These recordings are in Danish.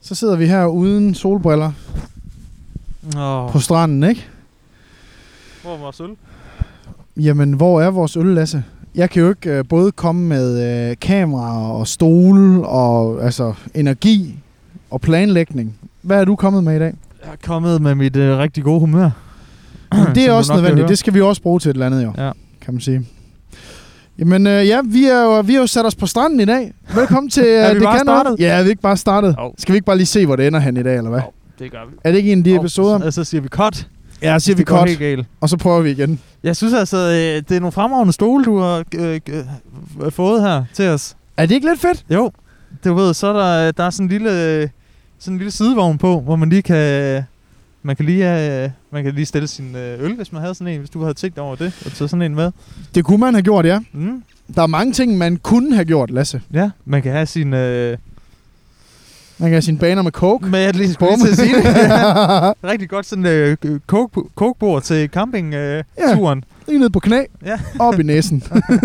Så sidder vi her uden solbriller på stranden, ikke? Hvor er vores øl? Jamen, hvor er vores øl, Lasse? Jeg kan jo ikke både komme med kamera og stole og altså energi og planlægning. Hvad er du kommet med i dag? Jeg er kommet med mit rigtig gode humør. Det er også nødvendigt. Det skal vi også bruge til et eller andet, jo. Ja. Kan man sige. Jamen, vi har jo sat os på stranden i dag. Velkommen til Er vi bare startet? Ja, er vi ikke bare startet? Oh. Skal vi ikke bare lige se, hvor det ender hen i dag, eller hvad? Det gør vi. Er det ikke en af de episoder? Så siger vi cut. Ja, siger vi cut. Og så prøver vi igen. Jeg synes altså, det er nogle fremragende stole, du har fået her til os. Er det ikke lidt fedt? Jo. Du ved, så er der er sådan en lille sidevogn på, hvor man lige kan... Man kan lige stille sin øl, hvis man havde sådan en, hvis du havde tænkt over det, og tage sådan en med. Det kunne man have gjort, ja. Mm. Der er mange ting, man kunne have gjort, Lasse. Ja, man kan have sin... Man kan have sine baner med coke. Men jeg lige skulle til at sige det. Rigtig godt sådan kokebord til campingturen. Lige ned på knæ. Ja. Op i næsen.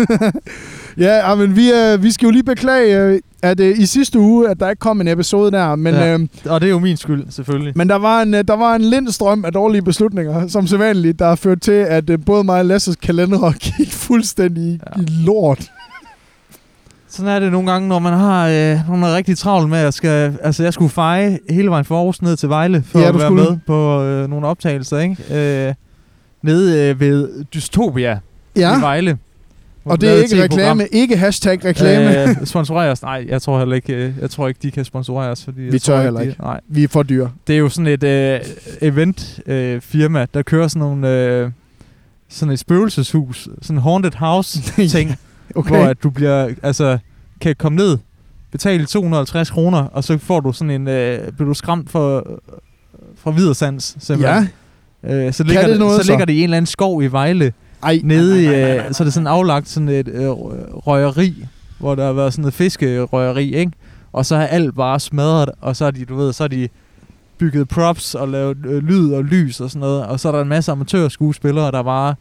Ja, men vi skal jo lige beklage, at i sidste uge, at der ikke kom en episode der. Men, ja. Og det er jo min skyld, selvfølgelig. Men der var en lindstrøm af dårlige beslutninger, som sædvanligt, der har ført til, at både mig og Lasses kalender gik fuldstændig i lort. Sådan er det nogle gange, når man har nogle rigtig travlt med at jeg skulle feje hele vejen fra Aarhus ned til Vejle for at være med på nogle optagelser, ikke? Nede ved Dystopia i Vejle. Og det er ikke reklame, ikke hashtag reklame. Sponsoreres? Nej, jeg tror ikke, de kan sponsoreres. Fordi vi tør heller ikke. Nej. Vi er for dyre. Det er jo sådan et event-firma, der kører sådan nogle sådan et spøgelseshus, sådan en haunted house-ting. Okay. Hvor at du kan komme ned, betale 250 kroner, og så får du sådan en, bliver du skræmt fra videresands, simpelthen. Ja. Så ligger det i en eller anden skov i Vejle. Nede i, så er det sådan aflagt sådan et røgeri, hvor der har været sådan noget fiskerøgeri, ikke? Og så er alt bare smadret, og så er de bygget props og lavet lyd og lys og sådan noget, og så er der en masse amatørskuespillere, der bare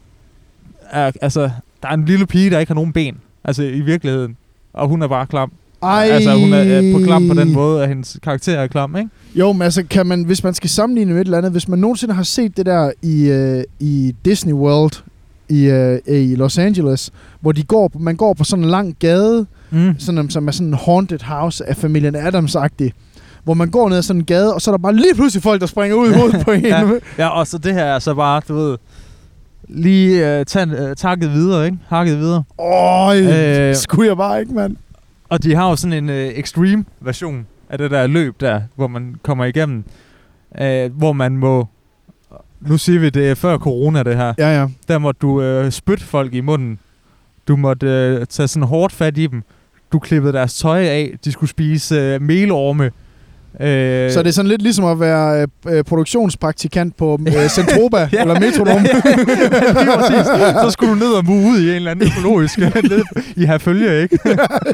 der er en lille pige, der ikke har nogen ben, altså i virkeligheden, og hun er bare klam. Altså hun er på klam på den måde, at hendes karakter er klam, ikke? Jo, men altså kan man, hvis man skal sammenligne med et eller andet, hvis man nogensinde har set det der i Disney World i Los Angeles, hvor man går på sådan en lang gade, sådan, som er sådan en haunted house af familien Addams-agtig, hvor man går ned ad sådan en gade, og så er der bare lige pludselig folk, der springer ud i hovedet på en. Ja, og så det her er så bare, du ved, lige takket videre, ikke? Hakket videre. Skulle jeg bare ikke, mand. Og de har jo sådan en extreme version af det der løb der, hvor man kommer igennem, hvor man må, nu siger vi det er før corona det her, ja. Der må du spytte folk i munden. Du måtte tage sådan hårdt fat i dem. Du klippede deres tøj af. De skulle spise melorme. Så det er sådan lidt ligesom at være produktionspraktikant på Centroba eller Metronome. Lige præcis. Så skulle du ned og mue ud i en eller anden økologisk i Herfølge, ikke?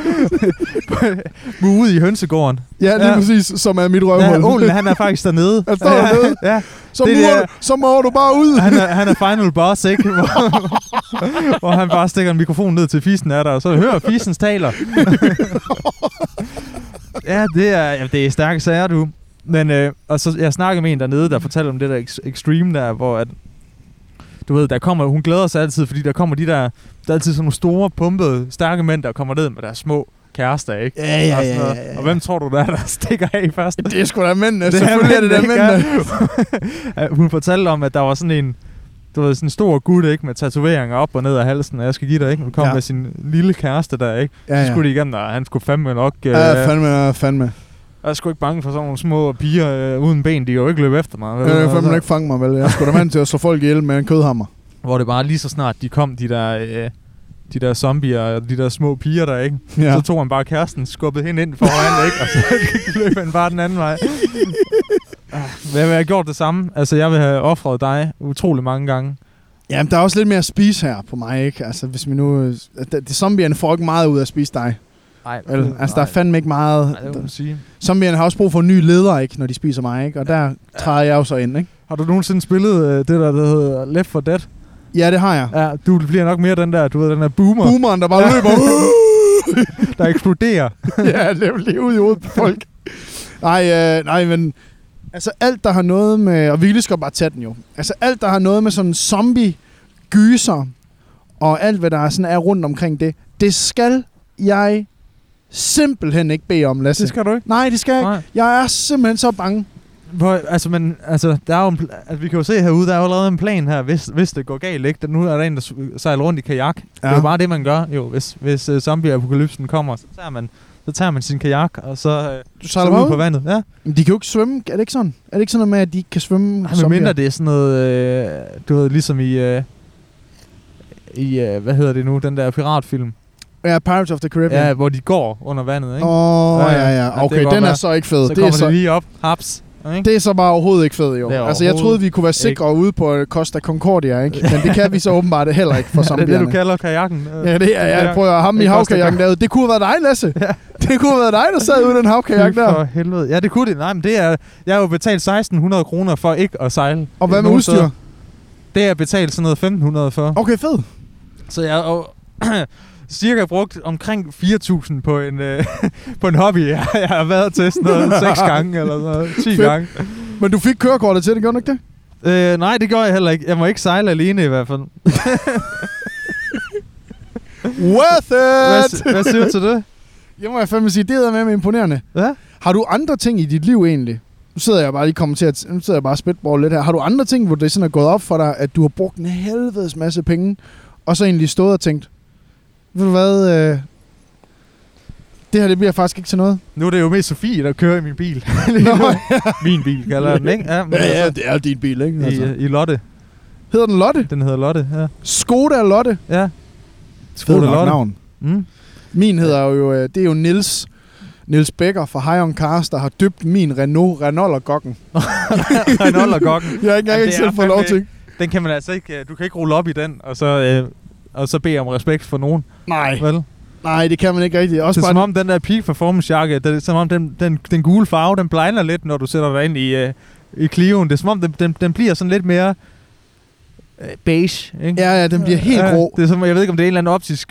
Mue ud i hønsegården. Ja, lige præcis, som er mit røvhul. Ja, Olen, han er faktisk dernede. Han står dernede. Ja. Så må du bare ud. Han er final boss, ikke? Hvor han bare stikker en mikrofon ned til fisen af der, og så hører fisens taler. Ja, det er stærke sager, du. Men og så jeg snakkede med en dernede, der fortalte om det der extreme der, hvor at, du ved, hun glæder sig altid, fordi der kommer der er altid sådan nogle store, pumpede, stærke mænd, der kommer ned med deres små kærester, ikke? Ja. Og hvem tror du, der stikker af først? Det er sgu da mændene, selvfølgelig er det der mændene. Hun fortalte om, at der var sådan en, du ved, sådan en stor gut, ikke, med tatoveringer op og ned af halsen, og jeg skal give dig, ikke? Hun kom med sin lille kæreste der, ikke? Ja. Så skulle de igennem, og han skulle fandme nok... fandme. Jeg er sgu ikke bange for sådan nogle små piger uden ben, de kan jo ikke løbe efter mig. Jeg kan fandme ikke fange mig, vel? Jeg skulle da vant til at slå folk ihjel med en kødhammer. Hvor det bare lige så snart de kom, de der zombier og de der små piger der, ikke? Ja. Så tog han bare kæresten, skubbede hende ind foran, ikke? Og så løb han bare den anden vej. Hvad vil jeg have gjort det samme? Altså, jeg vil have offret dig utrolig mange gange. Jamen, der er også lidt mere at spise her på mig, ikke? Altså, hvis vi nu... Zombierne får ikke meget ud af at spise dig. Nej. Altså, der er fandme ikke meget... Nej, det må man sige. Zombierne har også brug for en ny leder, ikke? Når de spiser mig, ikke? Og der træder jeg jo så ind, ikke? Har du nogensinde spillet det der hedder Left 4 Dead? Ja, det har jeg. Ja, du bliver nok mere den der, du ved, den der boomer. Boomeren, der bare løber. Der eksploderer. Ja, det er lige ud i hovedet på folk. Nej, men... Altså alt, der har noget med... Og vi lige skal bare tage den jo. Altså alt, der har noget med sådan zombie-gyser, og alt, hvad der er, sådan er rundt omkring det, det skal jeg simpelthen ikke bede om, Lasse. Det skal du ikke? Nej, det skal jeg ikke. Jeg er simpelthen så bange. Der er jo vi kan jo se herude, der er jo allerede en plan her, hvis det går galt, ikke? Nu er der en, der sejler rundt i kajak. Ja. Det er jo bare det, man gør, jo. Hvis zombie-apokalypsen kommer, så tager man sin kajak, og så ud på vandet. Ja. Men de kan jo ikke svømme. Er det ikke sådan? Er det ikke sådan noget med, at de ikke kan svømme? Nej, men mindre det er sådan noget, du ved, ligesom i hvad hedder det nu, den der piratfilm. Ja, Pirates of the Caribbean. Ja, hvor de går under vandet, ikke? Ja. Okay, den er så ikke fed. Så kommer det lige op, haps. Det er så bare overhovedet ikke fedt, jo. Altså, jeg troede, vi kunne være sikre ude på Costa Concordia, ikke? Men det kan vi så åbenbart heller ikke for zombierne. Det er det, du kalder kajakken. Ja, det er jeg. Prøver at ham i havkajakken derude. Det kunne have været dig, Lasse. Ja. Det kunne have været dig, der sad ude i den havkajak der. For helvede. Ja, det kunne det. Nej, men det er... Jeg har jo betalt 1.600 kroner for ikke at sejle. Og hvad med udstyr? Det er betalt sådan noget 1.500 for. Okay, fed. Så jeg cirka brugt omkring 4.000 på en hobby. Jeg har været til sådan noget 6 gange eller noget, 10 gange. Men du fik kørekortet til det, gjorde du ikke det? Nej, det gør jeg heller ikke. Jeg må ikke sejle alene i hvert fald. Worth it! Hvad siger du til det? Jeg må fandme sige, det er med imponerende. Ja? Har du andre ting i dit liv egentlig? Nu sidder jeg bare lige og spitball lidt her. Har du andre ting, hvor det sådan er gået op for dig, at du har brugt en helvedes masse penge, og så egentlig stået og tænkt, ved du hvad, det her det bliver faktisk ikke til noget? Nu er det jo mest Sofie, der kører i min bil. Min bil, kalder jeg den, ikke? Ja, det er din bil, ikke? Altså. I Lotte. Hedder den Lotte? Den hedder Lotte, ja. Skoda Lotte? Ja. Skoda Lotte. Navn. Mm. Min hedder jo, det er jo Niels Becker fra High On Cars, der har døbt min Renault-Gokken. Renault-Gokken. Jeg har ikke engang selv fået lov til. Den kan man altså ikke, du kan ikke rulle op i den, og så bede om respekt for nogen. Nej. Vel? Nej, det kan man ikke rigtigt. Også det er som om den der peak performance jakke, det er som om den gule farve, den blinder lidt, når du sætter dig ind i Clio'en. Det er som om den bliver sådan lidt mere beige, ikke? Ja, den bliver helt grå. Det er som, jeg ved ikke, om det er en eller anden optisk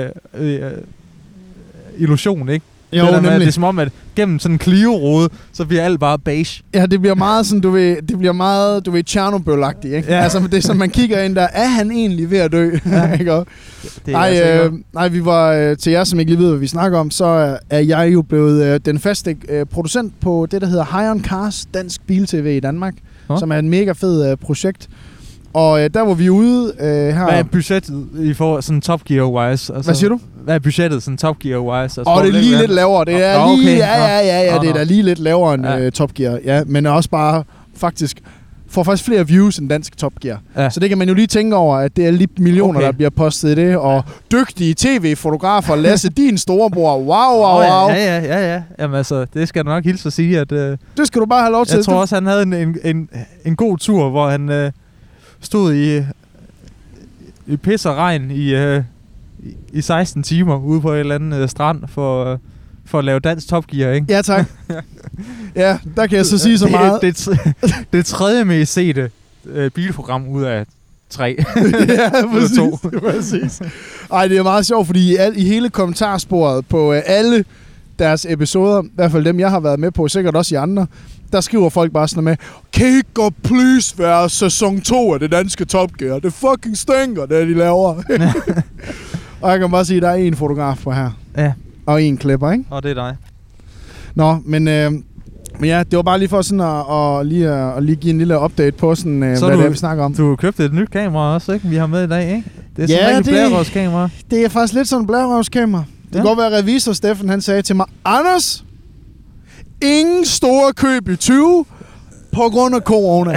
illusion, ikke? Jo, det er som om, at gennem sådan en Clio-rode, så bliver alt bare beige. Ja, det bliver meget sådan, det bliver meget, Chernobyl-agtigt, ikke? Ja. Altså, det er sådan, man kigger ind der, er han egentlig ved at dø? Ja. Nej, vi var, til jer, som ikke lige ved, hvad vi snakker om, så er jeg jo blevet den faste producent på det, der hedder High On Cars, dansk bil-tv i Danmark, som er et mega fed projekt. Og der var vi ude her... Hvad er budgettet i forhold sådan Top Gear-wise? Altså, hvad siger du? Hvad er budgettet sådan Top Gear-wise? Altså, det er lige lidt lavere. Det er lige, ja, det er da lige lidt lavere end Top Gear. Ja, men også bare faktisk får faktisk flere views end dansk Top Gear. Ja. Så det kan man jo lige tænke over, at det er lige millioner, der bliver postet i det. Og dygtige tv-fotografer, Lasse, din storebror. Wow. Ja. Jamen altså, det skal du nok hilse at sige, at... det skal du bare have lov til. Jeg tror også, han havde en god tur, hvor han... stod i pis og regn i 16 timer ude på et eller andet strand for at lave dansk Top Gear, ikke? Ja, tak. Ja, der kan jeg så sige så meget. Det tredje mest sete bilprogram ud af 3. Ja, præcis. Ej, det er meget sjovt, fordi i hele kommentarsporet på alle deres episoder, i hvert fald dem, jeg har været med på, sikkert også i andre, der skriver folk bare sådan med, kan I godt please være sæson 2 af det danske Top Gear? Det fucking stinker, det de laver. Og jeg kan bare sige, at der er en fotograf på her. Ja. Og en klipper, ikke? Og det er dig. Nå, men ja, det var bare lige for sådan at lige give en lille update på sådan, hvad det er, vi snakker om. Du købte et nyt kamera også, ikke? Vi har med i dag, ikke? Det er sådan en rigtig blærerøvskamera. Det er faktisk lidt sådan en blærerøvskamera. Det kan godt være, at revisor Steffen, han sagde til mig, Anders, ingen store køb i 20 på grund af corona.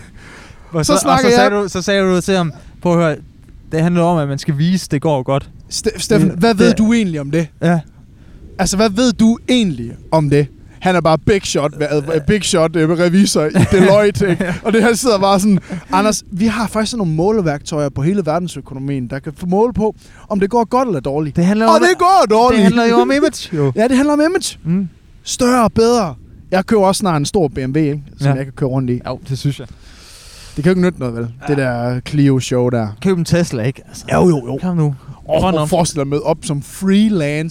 Så sagde du til ham, prøv at høre, det handler om, at man skal vise, det går godt. Steffen, hvad ved du egentlig om det? Ja. Altså, hvad ved du egentlig om det? Han er bare big shot revisor i Deloitte, ikke? Og det her sidder bare sådan, Anders, vi har faktisk sådan nogle måleværktøjer på hele verdensøkonomien, der kan få måle på, om det går godt eller dårligt. Det går dårligt! Det handler jo om image, jo. Ja, det handler om image. Mm. Større og bedre. Jeg køber også snart en stor BMW, ikke? Som jeg kan køre rundt i. Jo, det synes jeg. Det kan jo ikke nytte noget, vel? Ja. Det der Clio-show der. Køb en Tesla, ikke? Altså, jo. Kom nu. Forestil dig med op som freelance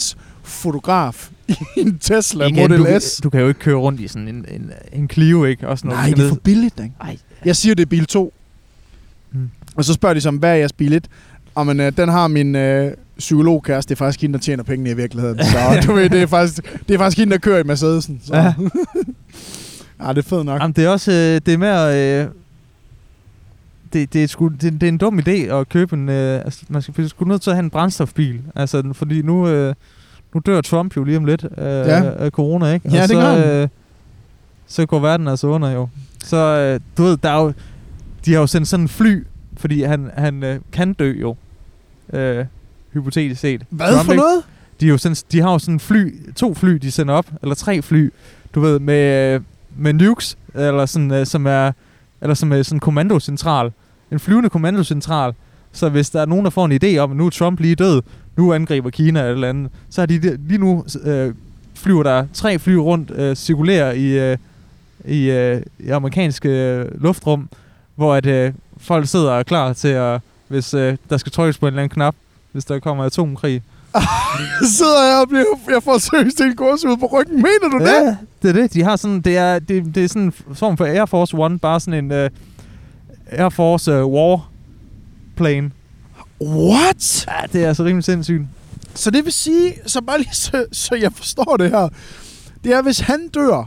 fotograf i en Tesla Model S. Du kan jo ikke køre rundt i sådan en Clio, ikke? Også nej, det er for billigt, ikke? Ej. Jeg siger, det er bil 2. Og så spørger de som, hvad er jeres bil 1? Og men, den har min psykologkæreste. Det er faktisk hende, der tjener pengene i virkeligheden. Så du ved, det er faktisk hende, der kører i Mercedesen. Så. Ja. Ja, det er fedt nok. Jamen, det er også det er mere det er en dum idé at købe en altså, man skal sgu nødt til at have en brændstofbil. Altså fordi nu dør Trump jo lige om lidt af corona, ikke? Ja, og det gør så går verden altså under jo. Så du ved, der er jo, de har jo sendt sådan en fly, fordi han kan dø jo. Hypotetisk set. Hvad Trump, for noget? De har jo sådan 2 fly, de sender op, eller 3 fly, du ved, med nukes, eller sådan, som er sådan en kommandocentral. En flyvende kommandocentral. Så hvis der er nogen, der får en idé om, at nu er Trump lige død, nu angriber Kina eller andet, så er de lige nu flyver der 3 fly rundt, cirkulerer i amerikanske luftrum, hvor at folk sidder og er klar til at, hvis der skal trykkes på en eller anden knap, hvis der kommer atomkrig. Sidder jeg og jeg får seriøst en gåsehud på ryggen. Mener du det? Det er det. De har sådan, det er sådan en form for Air Force One, bare sådan en Air Force War plane. What? Ja, det er altså rimelig sindssygt. Så det vil sige, så bare lige så jeg forstår det her, det er, hvis han dør,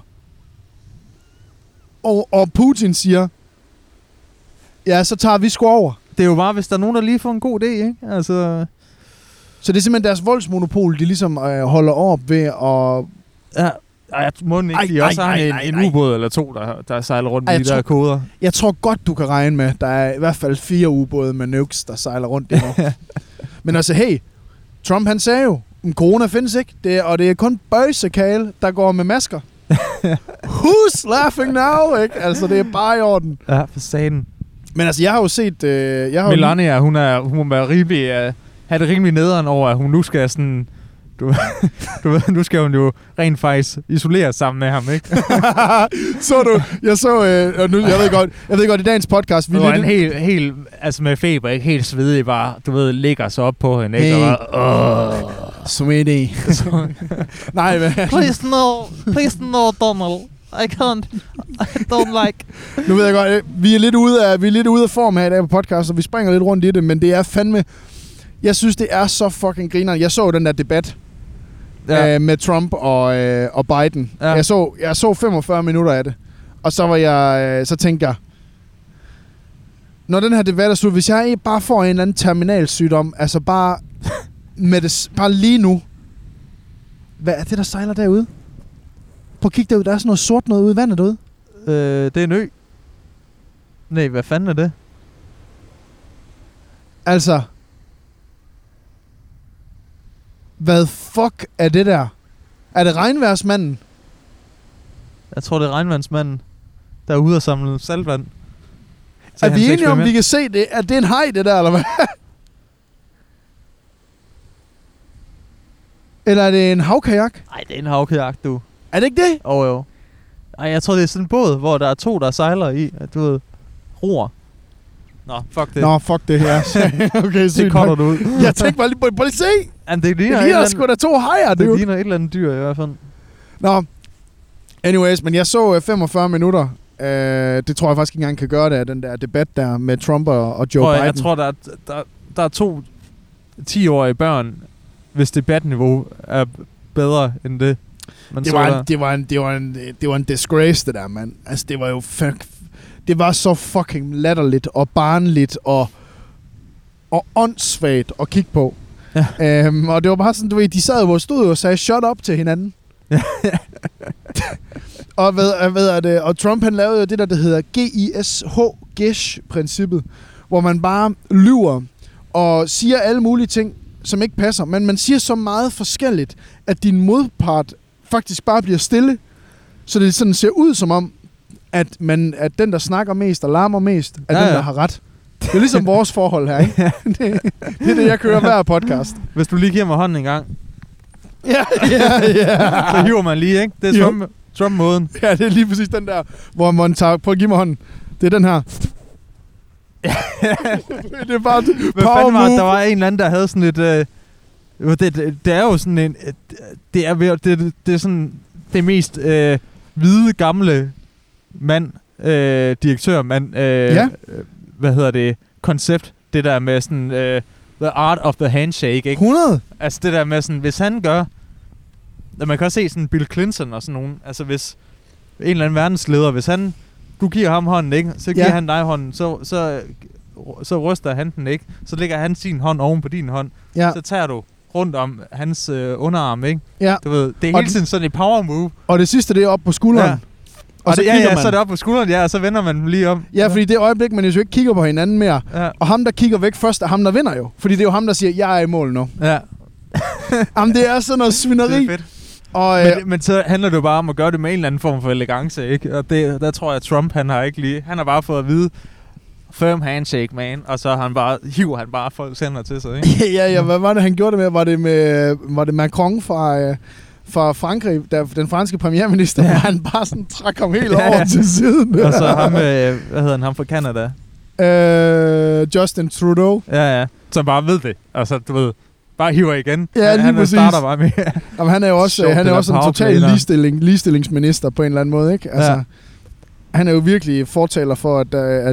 og Putin siger, ja, så tager vi sgu over. Det er jo bare, hvis der er nogen, der lige får en god idé, ikke? Altså. Så det er simpelthen deres voldsmonopol, de ligesom holder op ved at... Ja, jeg må ikke. De også har en ubåd eller 2, der sejler rundt i de der koder. Jeg tror godt, du kan regne med, der er i hvert fald 4 ubåde med nukes, der sejler rundt endnu. Men altså, hey, Trump han sagde jo, corona findes ikke, og det er kun bøjsekale, der går med masker. Who's laughing now, ikke? Altså, det er bare i orden. Ja, for satan. Men altså, jeg har jo set... Melania, hun må være rimelig... have det rimelig nederen over, at hun nu skal sådan... Du ved, nu skal hun jo rent faktisk isolere sammen med ham, ikke? Så du... Jeg ved godt, i dagens podcast... Vi var en helt... Altså med feber, ikke? Helt svedig, bare... Du ved, ligger så op på hende, ikke? Hey. Sweetie. Nej, men... Please no, Donald. I don't like... Nu ved jeg godt, vi er lidt ude af form her i dag på podcast, og vi springer lidt rundt i det, men det er fandme... Jeg synes, det er så fucking grineren. Jeg så den der debat med Trump og Biden. Ja. Jeg så 45 minutter af det. Og så tænkte jeg, når den her debat er slut, hvis jeg bare får en eller anden terminalsygdom, altså bare lige nu. Hvad er det, der sejler derude? Prøv at kigge derud. Der er sådan noget sort noget ude i vandet derude. Det er en ø. Nej, hvad fanden er det? Altså... Hvad fuck er det der? Er det regnværsmanden? Jeg tror, det er regnvandsmanden, der er ude og samle saltvand. Er vi enige om, vi kan se det? Er det en haj, det der, eller hvad? Eller er det en havkajak? Nej, det er en havkajak, du. Er det ikke det? Jo. Ej, jeg tror, det er sådan en båd, hvor der er 2, der sejler i, at du ved, ror. Nå, fuck det her. Okay, det cutter du ud. Jeg tænkte bare lige på se. Det ligner sgu da 2 hajer. Det ligner et eller andet dyr i hvert fald. Nå, anyways, men jeg så 45 minutter. Det tror jeg faktisk ikke engang kan gøre det af den der debat der med Trump og Joe Biden. Jeg tror, der er 2 10-årige børn, hvis debatniveau er bedre end det. Det var en disgrace, det der, mand. Altså, det var jo det var så fucking latterligt og barnligt og åndssvagt at kigge på. Ja. Og det var bare sådan, du ved, de sad jo og stod og sagde shut up til hinanden. Og Trump han lavede jo det der hedder GISH-princippet, hvor man bare lyver og siger alle mulige ting, som ikke passer, men man siger så meget forskelligt, at din modpart faktisk bare bliver stille, så det sådan ser ud som om, at den, der snakker mest og larmer mest, er den, der har ret. Det er ligesom vores forhold her, ikke? Det er det, jeg kører hver podcast. Hvis du lige giver mig hånden en gang. Ja. Så hiver man lige, ikke? Det er Trump-måden. Ja, det er lige præcis den der, hvor man tager... Prøv at give mig hånden. Det er den her. Det er bare power move. Der var en eller anden, der havde sådan Det er jo sådan en... Det er sådan det mest hvide, gamle mand, direktørmand, hvad hedder det, koncept. Det der med sådan... the art of the handshake, ikke? 100? Altså det der med sådan, hvis han gør... Man kan også se sådan Bill Clinton og sådan nogen. Altså hvis en eller anden verdensleder, hvis han... Du giver ham hånden, ikke? Så giver han dig hånden, så ryster han den, ikke? Så lægger han sin hånd oven på din hånd. Ja. Så tager du rundt om hans underarm, ikke? Ja. Du ved, det er hele tiden sådan et power move. Og det sidste, det er op på skulderen. Ja. Og så så er det op på skulderen, ja, og så vender man lige om. Ja, fordi det øjeblik, man jo ikke kigger på hinanden mere. Ja. Og ham, der kigger væk først, er ham, der vinder jo. Fordi det er jo ham, der siger, jeg er i mål nu. Ja. Jamen, det er sådan noget svineri. Det er fedt. Og, men så handler det jo bare om at gøre det med en eller anden form for elegance, ikke? Og der tror jeg, at Trump, han har bare fået at vide, firm handshake, man. Og så hiver han bare folks hænder til sig, ikke? ja, hvad var det, han gjorde det med? Var det Macron fra Frankrig, den franske premierminister, hvor han bare sådan trak ham helt over til siden. Og så ham, hvad hedder han fra Canada? Justin Trudeau. Ja, som bare ved det. Altså, du ved, bare hiver igen. Ja, lige præcis. Han starter bare med. Jamen, han er jo også en total ligestillingsminister på en eller anden måde, ikke? Altså, han er jo virkelig fortaler for,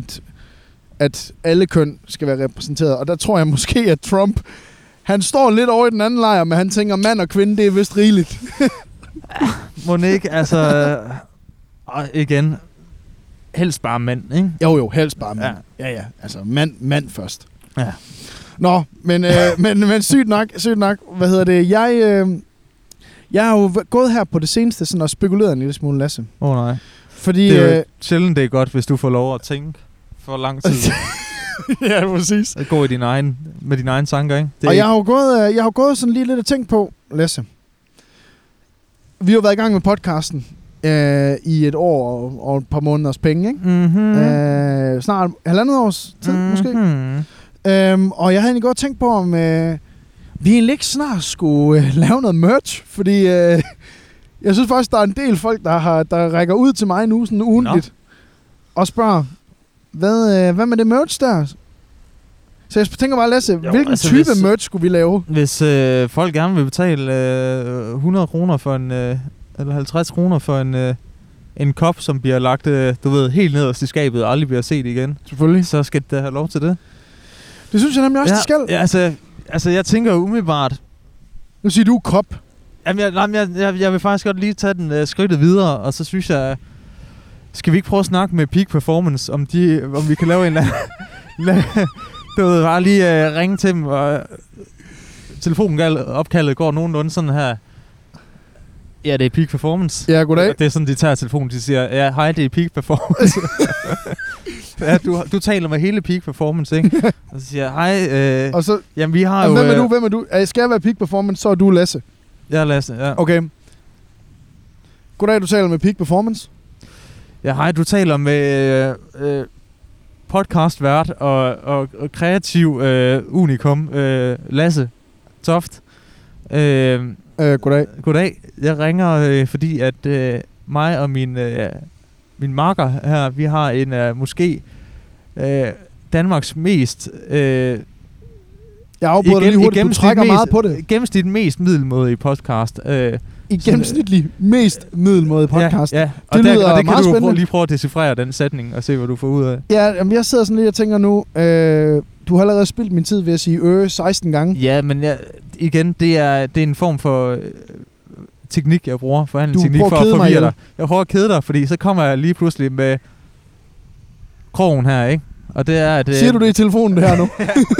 at alle køn skal være repræsenteret. Og der tror jeg måske, at Trump, han står lidt over i den anden lejr, men han tænker, mand og kvinde, det er vist rigeligt. Monique, altså... igen, helst bare mænd, ikke? Jo, helst bare mænd. Ja. Altså, mand først. Ja. Nå, men sygt nok. Hvad hedder det? Jeg har jo gået her på det seneste sådan og spekuleret en lille smule, Lasse. Nej. Fordi... Det er jo sjældent, det er godt, hvis du får lov at tænke for lang tid. Ja, præcis. At gå med dine egne tanker, ikke? Og jeg har jo gået sådan lige lidt at tænke på, Lasse. Vi har været i gang med podcasten i et år og et par måneders penge, ikke? Mm-hmm. Snart 1,5 års tid, måske. Og jeg havde egentlig godt tænkt på, om vi egentlig ikke snart skulle lave noget merch, fordi jeg synes faktisk, der er en del folk, der rækker ud til mig nu sådan ugentligt og spørger, hvad med det merch der? Så jeg tænker bare, Lasse, hvilken type merch skulle vi lave? Hvis folk gerne vil betale 100 kroner for eller 50 kroner for en kop, som bliver lagt, du ved, helt nederst i skabet og aldrig bliver set igen. Selvfølgelig. Så skal det have lov til det. Det synes jeg nemlig også, det skal. Ja, altså, jeg tænker jo umiddelbart... Nu siger du kop. Jamen, jeg vil faktisk godt lige tage den skridtet videre, og så synes jeg... Skal vi ikke prøve at snakke med Peak Performance, om vi kan lave en eller anden... Du ved, bare lige ringe til dem, og telefonopkaldet går nogenlunde sådan her. Ja, det er Peak Performance. Ja, goddag. Det er sådan, de tager telefonen, de siger, ja, hej, det er Peak Performance. Ja, du taler med hele Peak Performance, ikke? Og så siger jeg, hej, og så, jamen vi har jo... Hvem er du? Skal jeg være Peak Performance, så er du Lasse. Jeg er Lasse, ja. Okay. Goddag, du taler med Peak Performance. Ja, hej, du taler med podcastvært og kreativ unikum, Lasse Toft. Goddag. Goddag. Jeg ringer, fordi at mig og min makker her, vi har en måske Danmarks mest... jeg afbryder lige hurtigt, du trækker meget på det. Gennemsnit mest middelmådige podcast. I gennemsnitlig mest middelmådige podcast. Ja. Og det lyder og det kan du lige prøve at decifrere den sætning og se, hvad du får ud af. Ja, jamen jeg sidder sådan lidt og tænker nu, du har allerede spildt min tid ved at sige 16 gange. Ja, men igen, det er en form for teknik, jeg bruger. Forhandlingsteknik for at forvirre dig. Jeg prøver at kede dig, fordi så kommer jeg lige pludselig med krogen her, ikke? Og det er, at... Siger du det i telefonen, det her nu?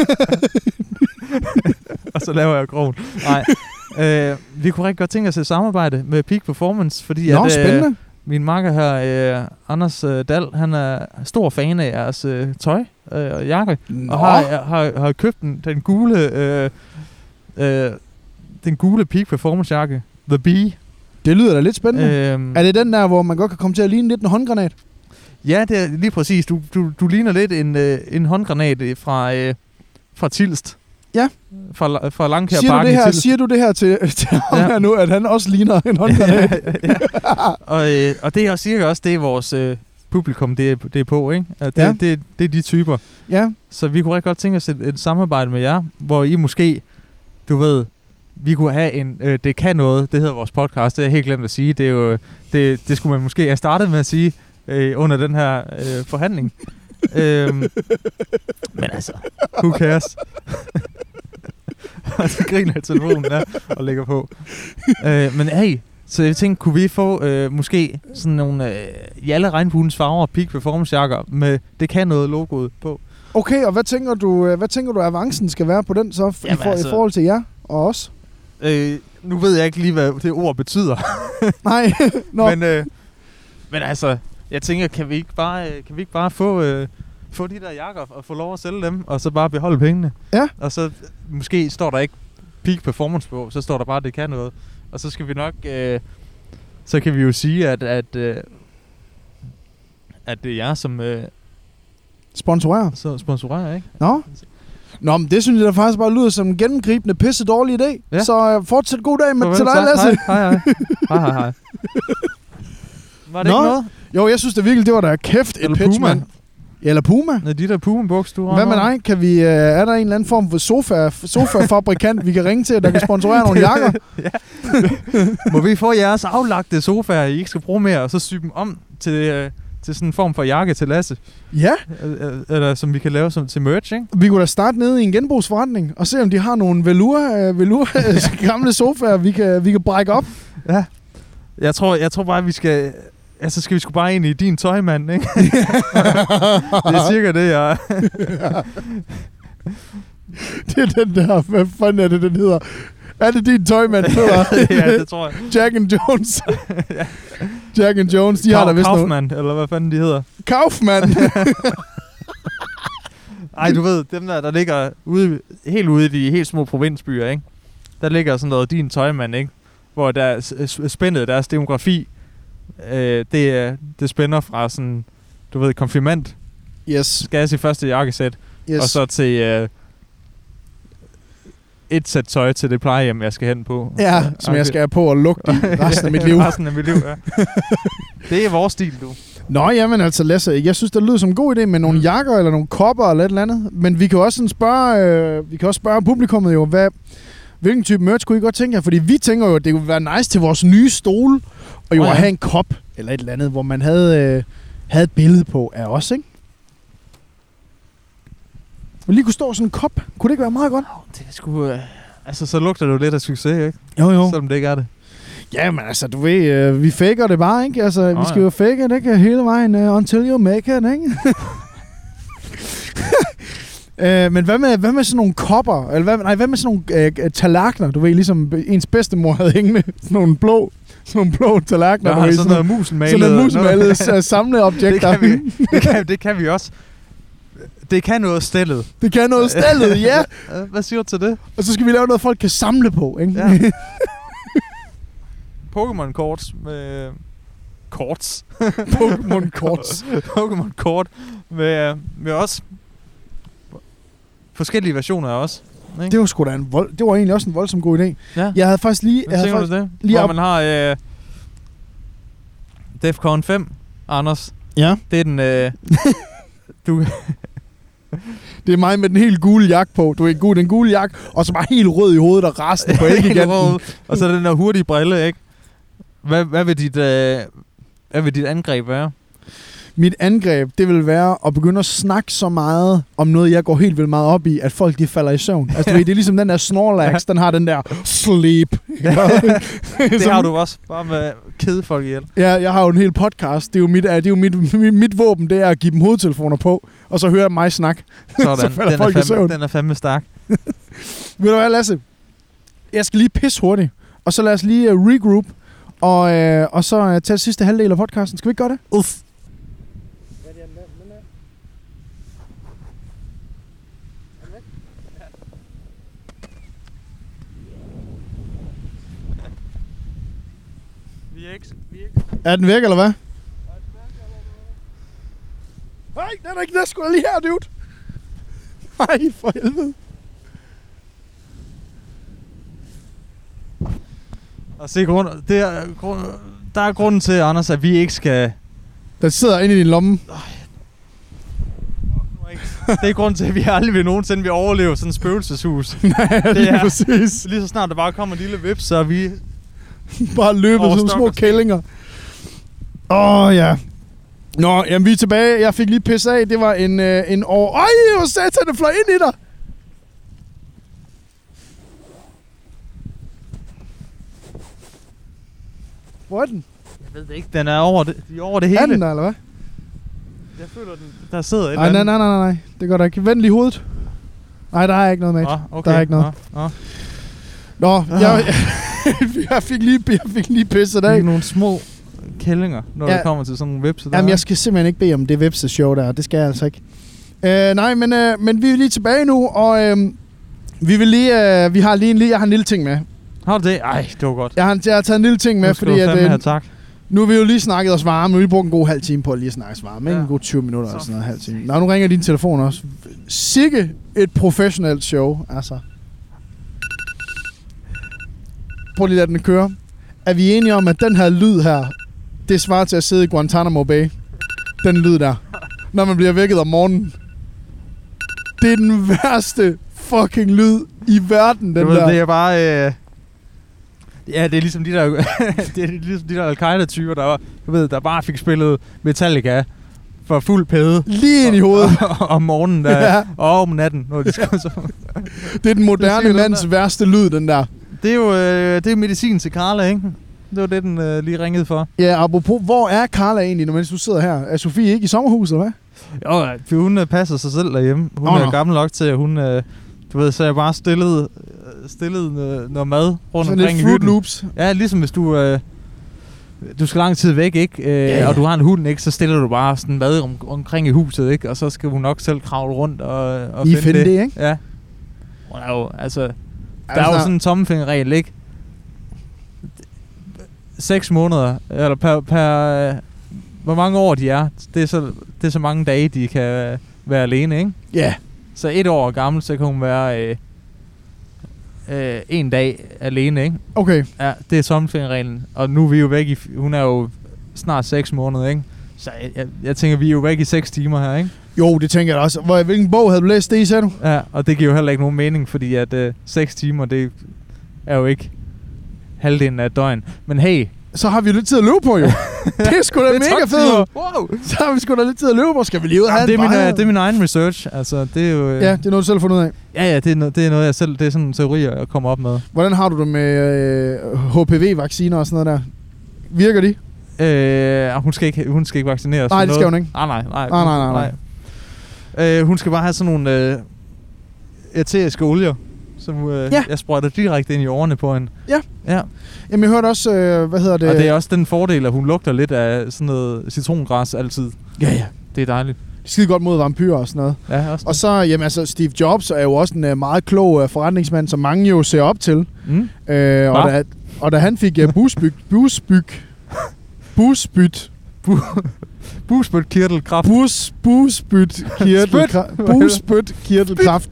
Og så laver jeg krogen. Nej. Vi kunne rigtig godt tænke os et samarbejde med Peak Performance, fordi spændende. Min makker her, Anders Dahl, han er stor fan af jeres tøj og jakke, og har købt den gule Peak Performance jakke, The Bee. Det lyder da lidt spændende. Er det den der, hvor man godt kan komme til at ligne lidt en håndgranat? Ja, det er lige præcis. Du ligner lidt en håndgranat fra Tilst. Ja. Fra Langkærparken i Tilst. Siger du det her til ham her nu, at han også ligner en håndgranat? Ja. Og det er cirka også det, vores publikum det er på, ikke? Det er de typer. Ja. Så vi kunne rigtig godt tænke os et samarbejde med jer, hvor I måske, du ved, vi kunne have en Det kan noget, det hedder vores podcast, det er jeg helt glemt at sige. Det er jo det skulle man måske have startet med at sige under den her forhandling. Men altså, who cares? Og så griner jeg telefonen der og lægger på. Men hey, så jeg tænkte, kunne vi få måske sådan nogle Jalle Regnbuens farver og Peak Performance jakker med Det kan noget logoet på. Okay, og hvad tænker du avancen skal være på den så i forhold til jer og os? Nu ved jeg ikke lige, hvad det ord betyder. Nej. No. Men altså, jeg tænker, kan vi ikke bare få de der jakker og få lov at sælge dem, og så bare beholde pengene? Ja. Og så måske står der ikke Peak Performance på, så står der bare, det kan noget. Og så skal vi nok, så kan vi jo sige, at det er jer, som sponsorerer, ikke? Nå, men det synes jeg da faktisk bare lyder som en gennemgribende pisse dårlig idé. Ja. Så fortsæt god dag til dig, Lasse. Hej. Var det ikke noget? Jo, jeg synes det virkelig, det var da kæft et pitch, mand. Eller Puma. Ja, de der Puma-buks, du har. Hvad med dig? Kan vi, er der en eller anden form for sofa-fabrikant, vi kan ringe til, der kan sponsorere nogle jakker? Ja. Må vi få jeres aflagte sofaer, I ikke skal bruge mere, og så sy dem om til sådan en form for jakke til Lasse? Ja. Eller som vi kan lave til merch, ikke? Vi kunne da starte nede i en genbrugsforretning, og se om de har nogle velour gamle sofaer, vi kan brække op. Ja. Jeg tror bare, vi skal... Altså, skal vi sgu bare ind i din tøjmand, ikke? Det er cirka det, jeg... Det er den der... Hvad fanden er det, den hedder? Er det din tøjmand, ja, det tror jeg. Jack and Jones. Ja. Jack and Jones, de har der vist noget. Kaufmann, eller hvad fanden de hedder. Kaufmann! Ej, du ved, dem der ligger helt ude i de helt små provinsbyer, ikke? Der ligger sådan noget din tøjmand, ikke? Hvor der spændet deres demografi, det spænder fra sådan, du ved, konfirmand. Yes. Skal jeg sige første jakkesæt. Yes. Og så til et sæt tøj til det plejehjem, jeg skal hen på. Ja, som jeg skal have på og lugte resten af mit liv. Resten af mit liv, ja. Det er vores stil, du. Nå, jamen altså, Lasse, jeg synes, det lyder som en god idé med nogle jakker eller nogle kopper eller et eller andet. Men vi kan også sådan spørge publikummet jo, hvilken type merch kunne I godt tænke jer? Fordi vi tænker jo, at det kunne være nice til vores nye stole, og jo at have en kop eller et eller andet, hvor man havde et billede på af os, ikke? Og lige kunne stå sådan en kop. Kunne det ikke være meget godt? Det er sgu... altså, så lugter det jo lidt af succes, ikke? Jo. Selvom det ikke er det. Jamen altså, du ved, vi faker det bare, ikke? Altså, vi skal jo fake det, ikke? Hele vejen until you make it, ikke? Men hvad med sådan nogle kopper? Eller hvad med sådan nogle tallerkener? Du ved, ligesom ens bedstemor havde hængende. Sådan nogle blå tallerkener. Ja, sådan noget musenmalet. Sådan noget musenmalet samleobjekter. Det kan vi også. Det kan noget stillet. Det kan noget stillet, ja. Hvad siger du til det? Og så skal vi lave noget, folk kan samle på, ikke? Ja. Pokémon-korts med... Pokémon-kort med os. Forskellige versioner af os. Ikke? Det var sgu da det var egentlig også en voldsom god idé. Ja. Jeg havde faktisk lige... Hvad tænker du det? Hvor man har Defcon 5, Anders. Ja. Det er den... du... Det er mig med den helt gule jakke på. Du er den gule jakke, og så bare helt rød i hovedet og resten på Elgiganten. Og så den der hurtige brille, ikke? Hvad vil dit angreb være? Mit angreb, det vil være at begynde at snakke så meget om noget, jeg går helt vildt meget op i, at folk de falder i søvn. Altså, det er ligesom den der Snorlax, den har den der sleep. Det har du også, bare med kede folk ihjel. Ja, jeg har jo en hel podcast. Det er jo mit våben, det er at give dem hovedtelefoner på, og så høre mig snakke. Sådan, så falder folk i søvn. Den er fandme stærk. Ved du hvad, Lasse? Jeg skal lige pisse hurtigt, og så lad os lige regroup, og så tage sidste halvdel af podcasten. Skal vi ikke gøre det? Uff. Er den væk, eller hvad? Nej, den er ikke. Der skulle lige her, dude. Nej, for helvede. Og se, der er grunden til, Anders, at vi ikke skal... Den sidder inde i din lomme. Det er grunden til, at vi aldrig nogensinde vil overleve sådan et spøgelseshus. Nej, det er præcis. Lige så snart der bare kommer en lille vips, så er vi... bare løbet som små kællinger. Ja. Nå, jamen vi er tilbage. Jeg fik lige pisset af. Det var en år... Øj, hvor satan, det fløj ind i dig! Hvor er den? Jeg ved det ikke. Den er over det hele. Er den der, eller hvad? Jeg føler, der sidder et eller andet. Nej. Det går da ikke. Vend lige hovedet. Nej, der er ikke noget, mate. Okay. Der er ikke noget. Nå, jeg fik lige pisset af. Det er nogle små kællinger, når det kommer til sådan nogle vipser. Jamen, jeg skal simpelthen ikke bede om det vipse-show der. Det skal jeg altså ikke. Nej, men vi er lige tilbage nu, og jeg har en lille ting med. Har du det? Ej, det var godt. Jeg har taget en lille ting med, fordi at... tak. Nu har vi jo lige snakket os varme. Nu har vi brugt en god halv time på at lige snakke os varme. En god 20 minutter eller sådan noget, halv time. Nå, nu ringer din telefon også. Sikke et professionelt show, altså. Prøv lige at lade den køre. Er vi enige om, at den her lyd her, det svarer til at sidde i Guantanamo Bay? Den lyd der. Når man bliver vækket om morgenen. Det er den værste fucking lyd i verden, den der. Det er bare... Ja, det er ligesom de der, Al-Qaida-typer, der bare fik spillet Metallica for fuld pæde. Lige ind i hovedet. Om morgenen der, og om natten, når de skal så. Det er den moderne mands værste lyd, den der. Det er jo det er medicin til Carla, ikke? Det var det, den lige ringede for. Ja, apropos, hvor er Carla egentlig, når du sidder her? Er Sofie ikke i sommerhuset, eller hvad? Jo, hun passer sig selv derhjemme. Hun er gammel nok til, at hun... Du ved, så jeg bare stillet noget mad rundt omkring i hytten. Fruit Loops. Ja, ligesom hvis du skal lang tid væk, ikke? Og du har en hund, ikke? Så stiller du bare sådan mad omkring i huset, ikke? Og så skal hun nok selv kravle rundt og finde det, ikke? Ja. Hun er jo, altså... Der er jo sådan en tommelfingerregel, ikke? 6 måneder, eller per hvor mange år de er, det er så mange dage, de kan være alene, ikke? Ja. Yeah. Så 1 år gammel, så kan hun være 1 dag alene, ikke? Okay. Ja, det er tommelfingerreglen. Og nu er vi jo væk hun er jo snart 6 måneder, ikke? Så jeg tænker, vi er jo væk i 6 timer her, ikke? Jo, det tænker jeg også. Hvilken bog havde du læst det i, sagde du? Ja, og det giver jo heller ikke nogen mening, fordi at 6 timer, det er jo ikke halvdelen af et døgn. Men hey... Så har vi lidt tid at løbe på, jo. Det er sgu da mega fedt. Wow. Så har vi sgu da lidt tid at løbe på. Skal vi lige ud og have det er min egen research. Altså, det er jo... Ja, det er noget, du selv har fundet ud af. Ja, det er noget, jeg selv... Det er sådan en teori, jeg kommer op med. Hvordan har du det med HPV-vacciner og sådan noget der? Virker de? Hun skal ikke vaccineres. Nej, det skal hun ikke. Nej. Hun skal bare have sådan nogle æteriske olier, som jeg sprøjter direkte ind i årene på hende. Ja. Jamen, jeg hørte også, hvad hedder det? Og det er også den fordel, at hun lugter lidt af sådan noget citrongræs altid. Ja. Det er dejligt. Skide godt mod vampyrer og sådan noget. Ja, også. Og så, jamen altså, Steve Jobs er jo også en meget klog forretningsmand, som mange jo ser op til. Og da han fik busspytkirtelkræft. Busspytkirtelkræft.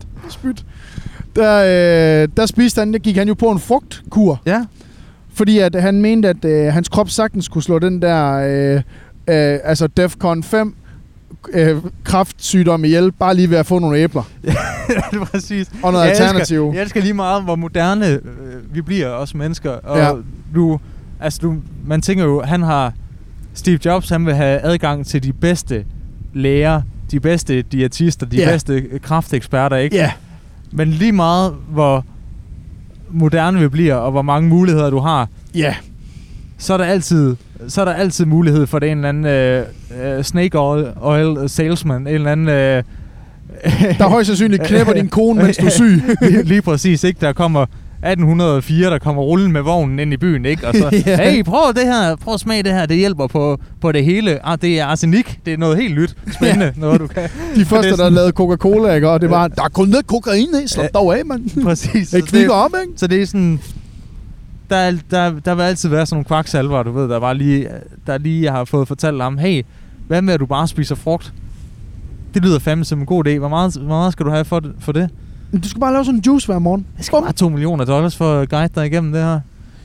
Der spiste han, der gik han jo på en frugtkur. Ja. Fordi at han mente, at hans krop sagtens kunne slå den der altså Defcon 5 kræftsygdom ihjel, bare lige ved at få nogle æbler. Ja, det er præcis. Og noget alternativ. Jeg elsker lige meget, hvor moderne vi bliver, os mennesker. Og man tænker jo, Steve Jobs, han vil have adgang til de bedste læger, de bedste diætister, de bedste kræfteksperter, ikke? Ja. Men lige meget, hvor moderne vi bliver, og hvor mange muligheder du har, så er der altid mulighed for det en eller anden snake oil salesman, en eller anden... der højst sandsynligt knæpper din kone, mens du er syg. Lige præcis, ikke? Der kommer 1804, der kommer rullen med vognen ind i byen, ikke? Og så, hey, prøv at smage det her, det hjælper på det hele. Det er arsenik, det er noget helt nyt, spændende, noget du kan. De første, der lavede Coca-Cola, ikke? Og det var, der er kun lidt kokain i, slap dog af, mand. Præcis. Det kvikker op, ikke? Så det er sådan, der vil altid være sådan nogle kvaksalver, du ved, der lige har fået fortalt om, hey, hvad med, at du bare spiser frugt? Det lyder fandme som en god idé. Hvor meget skal du have for det? Du skal bare lave sådan en juice hver morgen. Jeg skal bare $2 million for at guide dig igennem det her.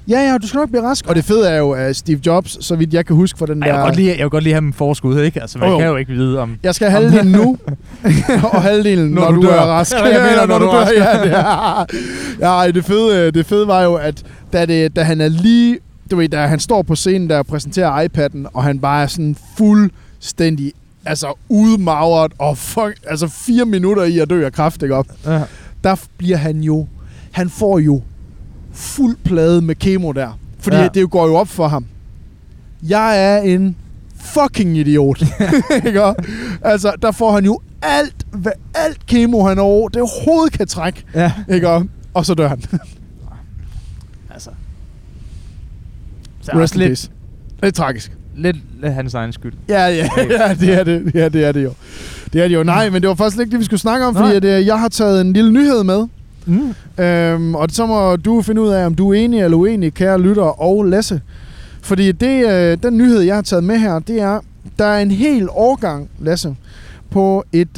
Ja, du skal nok blive rask. Og det fede er jo, at Steve Jobs, så vidt jeg kan huske for den der... Jeg vil godt lige have dem forskud, ikke? Altså, man kan jo ikke vide om... Jeg skal have halvdelen nu, og halvdelen, når du er rask. Ja, jeg mener, når du er rask. Ja, det fede var jo, at da han er lige... Du ved, da han står på scenen der og præsenterer iPad'en, og han bare er sådan fuldstændig udmagret, og 4 minutter i at dø af kræft, ikke op? Ja. Der bliver han får jo fuld plade med kemo der. Fordi det jo går jo op for ham. Jeg er en fucking idiot. Ikke? Altså, der får han jo alt kemo, han overhovedet kan trække. Ja. Ikke? Og så dør han. Altså. Rest in peace. Det er tragisk. Lidt hans egen skyld. Ja, det er det. Ja, det er det jo. Det er det jo. Nej, men det var faktisk ikke det, vi skulle snakke om, fordi jeg har taget en lille nyhed med. Og så må du finde ud af, om du er enig eller uenig, kære lytter og Lasse. Fordi den nyhed, jeg har taget med her, det er, der er en hel årgang, Lasse, på et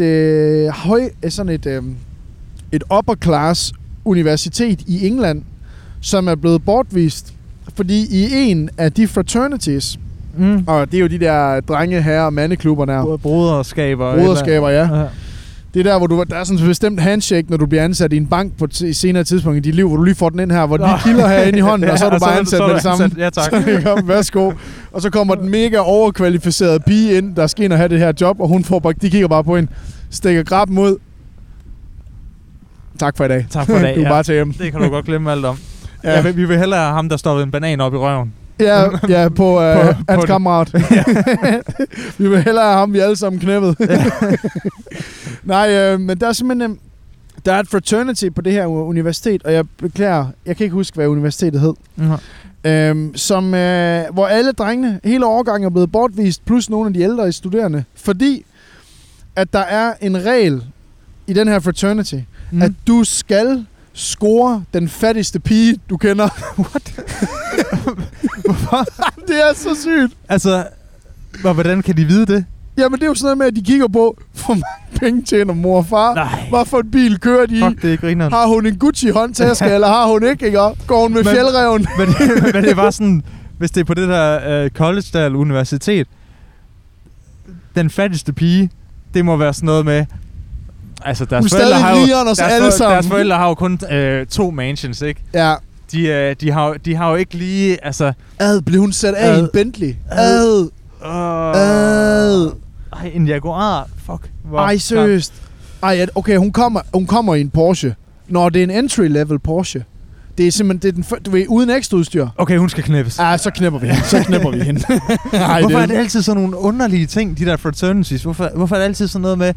upper class universitet i England, som er blevet bortvist. Fordi i en af de fraternities, og det er jo de der drenge, herre- og mandeklubber der. Broderskaber, ja. Det er der, hvor der er sådan en bestemt handshake, når du bliver ansat i en bank på et senere tidspunkt i dit liv, hvor du lige får den ind her, hvor den lige kilder herinde i hånden, og så er du bare ansat med det samme. Ja, tak. Så værsgo. Og så kommer den mega overkvalificerede pige ind, der skal ind og have det her job, og de kigger bare på en, stikker grabben ud. Tak for i dag. Tak for i dag, du er bare til hjem. Det kan du godt glemme alt om. Ja. Vi vil hellere have ham, der stoppede en banan op i røven. Ja, på hans kammerat. Vi vil hellere have ham, vi alle sammen knæppet. Nej, men der er simpelthen... Der er et fraternity på det her universitet, og jeg beklager, jeg kan ikke huske, hvad universitetet hed. Hvor alle drengene, hele årgangen er blevet bortvist, plus nogle af de ældre studerende. Fordi, at der er en regel i den her fraternity, at du skal score den fattigste pige, du kender. What? Hvorfor? Det er så sygt. Altså, hvordan kan de vide det? Jamen, det er jo sådan noget med, at de kigger på, hvor mange penge tjener mor og far. Nej. Hvad for en bil kører de i? Fuck, det er grineren. Har hun en Gucci-håndtaske, eller har hun ikke? Går hun med fjeldreven? Men det er bare sådan, hvis det er på det der college der, eller universitet, den fattigste pige, det må være sådan noget med... Altså, deres forældre har jo kun 2 mansions, ikke? Ja. De har jo ikke lige, altså... Blev hun sat af i en Bentley? Ej, en Jaguar. Fuck. Ej, seriøst. Ej, okay, hun kommer i en Porsche. Når det er en entry-level Porsche. Det er simpelthen, du ved, uden ekstra udstyr. Okay, hun skal knæppes. Så knæpper vi hende. Hvorfor er det altid sådan nogle underlige ting, de der fraternities? Hvorfor er det altid sådan noget med...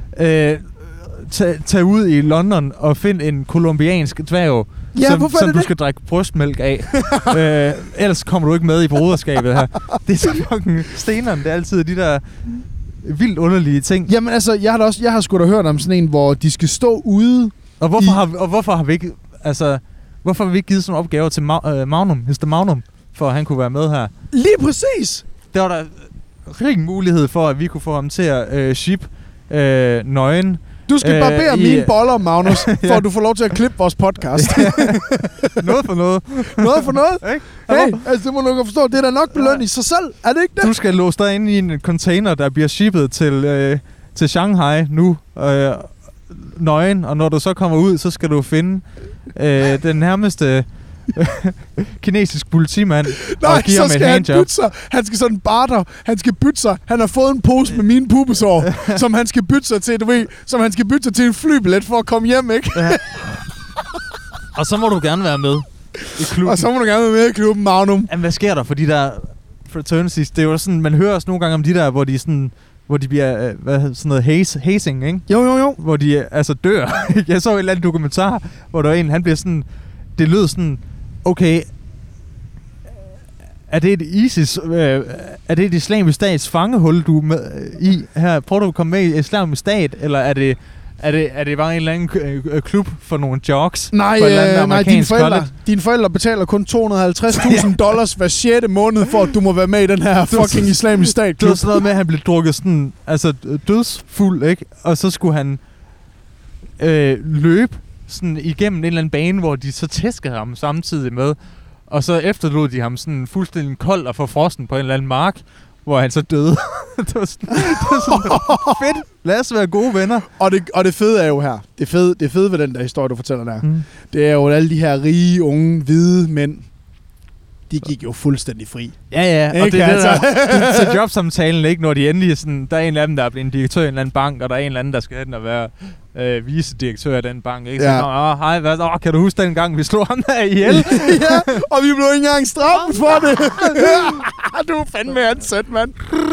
Tag ud i London og find en kolumbiansk dværg, som du skal drikke brystmælk af. Ellers kommer du ikke med i broderskabet her. Det er så fucking steneren. Det er altid de der vildt underlige ting. Jamen altså, jeg har sgu da hørt om sådan en, hvor de skal stå ude. Og hvorfor har vi ikke, altså, hvorfor har vi ikke givet sådan en opgave til Magnum, Mr. Magnum, for at han kunne være med her? Lige præcis! Der var der rig mulighed for, at vi kunne få ham til at ship nøgen. Du skal barbere mine boller, Magnus, for at du får lov til at klippe vores podcast. Noget for noget. Noget for noget? Hey, altså det må du forstå. Det er da nok beløn i sig selv. Er det ikke det? Du skal låse dig ind i en container, der bliver shippet til Shanghai nu. Nøgen. Og når du så kommer ud, så skal du finde den nærmeste... kinesisk politimand. Nej, så skal han bytte sig. Han skal sådan barter. Han skal bytte sig. Han har fået en pose med mine pubesår, som han skal bytte sig til, du ved, som han skal bytte sig til en flybillet for at komme hjem, ikke? Ja. Og så må du gerne være med i klubben. Og så må du gerne være med i klubben, Magnum. Jamen, hvad sker der for de der fraternities? Det er jo sådan, man hører også nogle gange om de der, hvor de bliver, sådan noget hazing, ikke? Jo. Hvor de altså dør. Jeg så et eller andet dokumentar, hvor der var en, han bliver sådan, det lød sådan, okay, er det et ISIS, er det et islamisk stats fangehul, du er med i her? Prøver du at komme med i islamisk stat, eller er det bare en eller anden klub for nogle jocks? Nej, dine forældre betaler kun $250,000 hver 6. måned, for at du må være med i den her fucking islamisk stat klub. Det var sådan noget med, at han blev drukket sådan, altså dødsfuld, ikke? Og så skulle han løbe sådan igennem en eller anden bane, hvor de så tæskede ham samtidig med. Og så efterlod de ham sådan fuldstændig kold og forfrossen på en eller anden mark, hvor han så døde. det var sådan fedt. Lad os være gode venner. Og det fede er jo her. Det fede ved den der historie, du fortæller der. Det er jo alle de her rige, unge, hvide mænd. De gik jo fuldstændig fri. Ja. Og det er det der, så jobsamtalen ikke, når de endelig sådan, der er en af dem, der er blevet direktør i en eller anden bank, og der er en eller anden, der skal hen og være vicedirektør af den bank. Ikke? Så hej, kan du huske den gang, vi slog ham der ihjel? Ja, og vi blev ikke engang straffet for det. Du er fandme ansat, mand.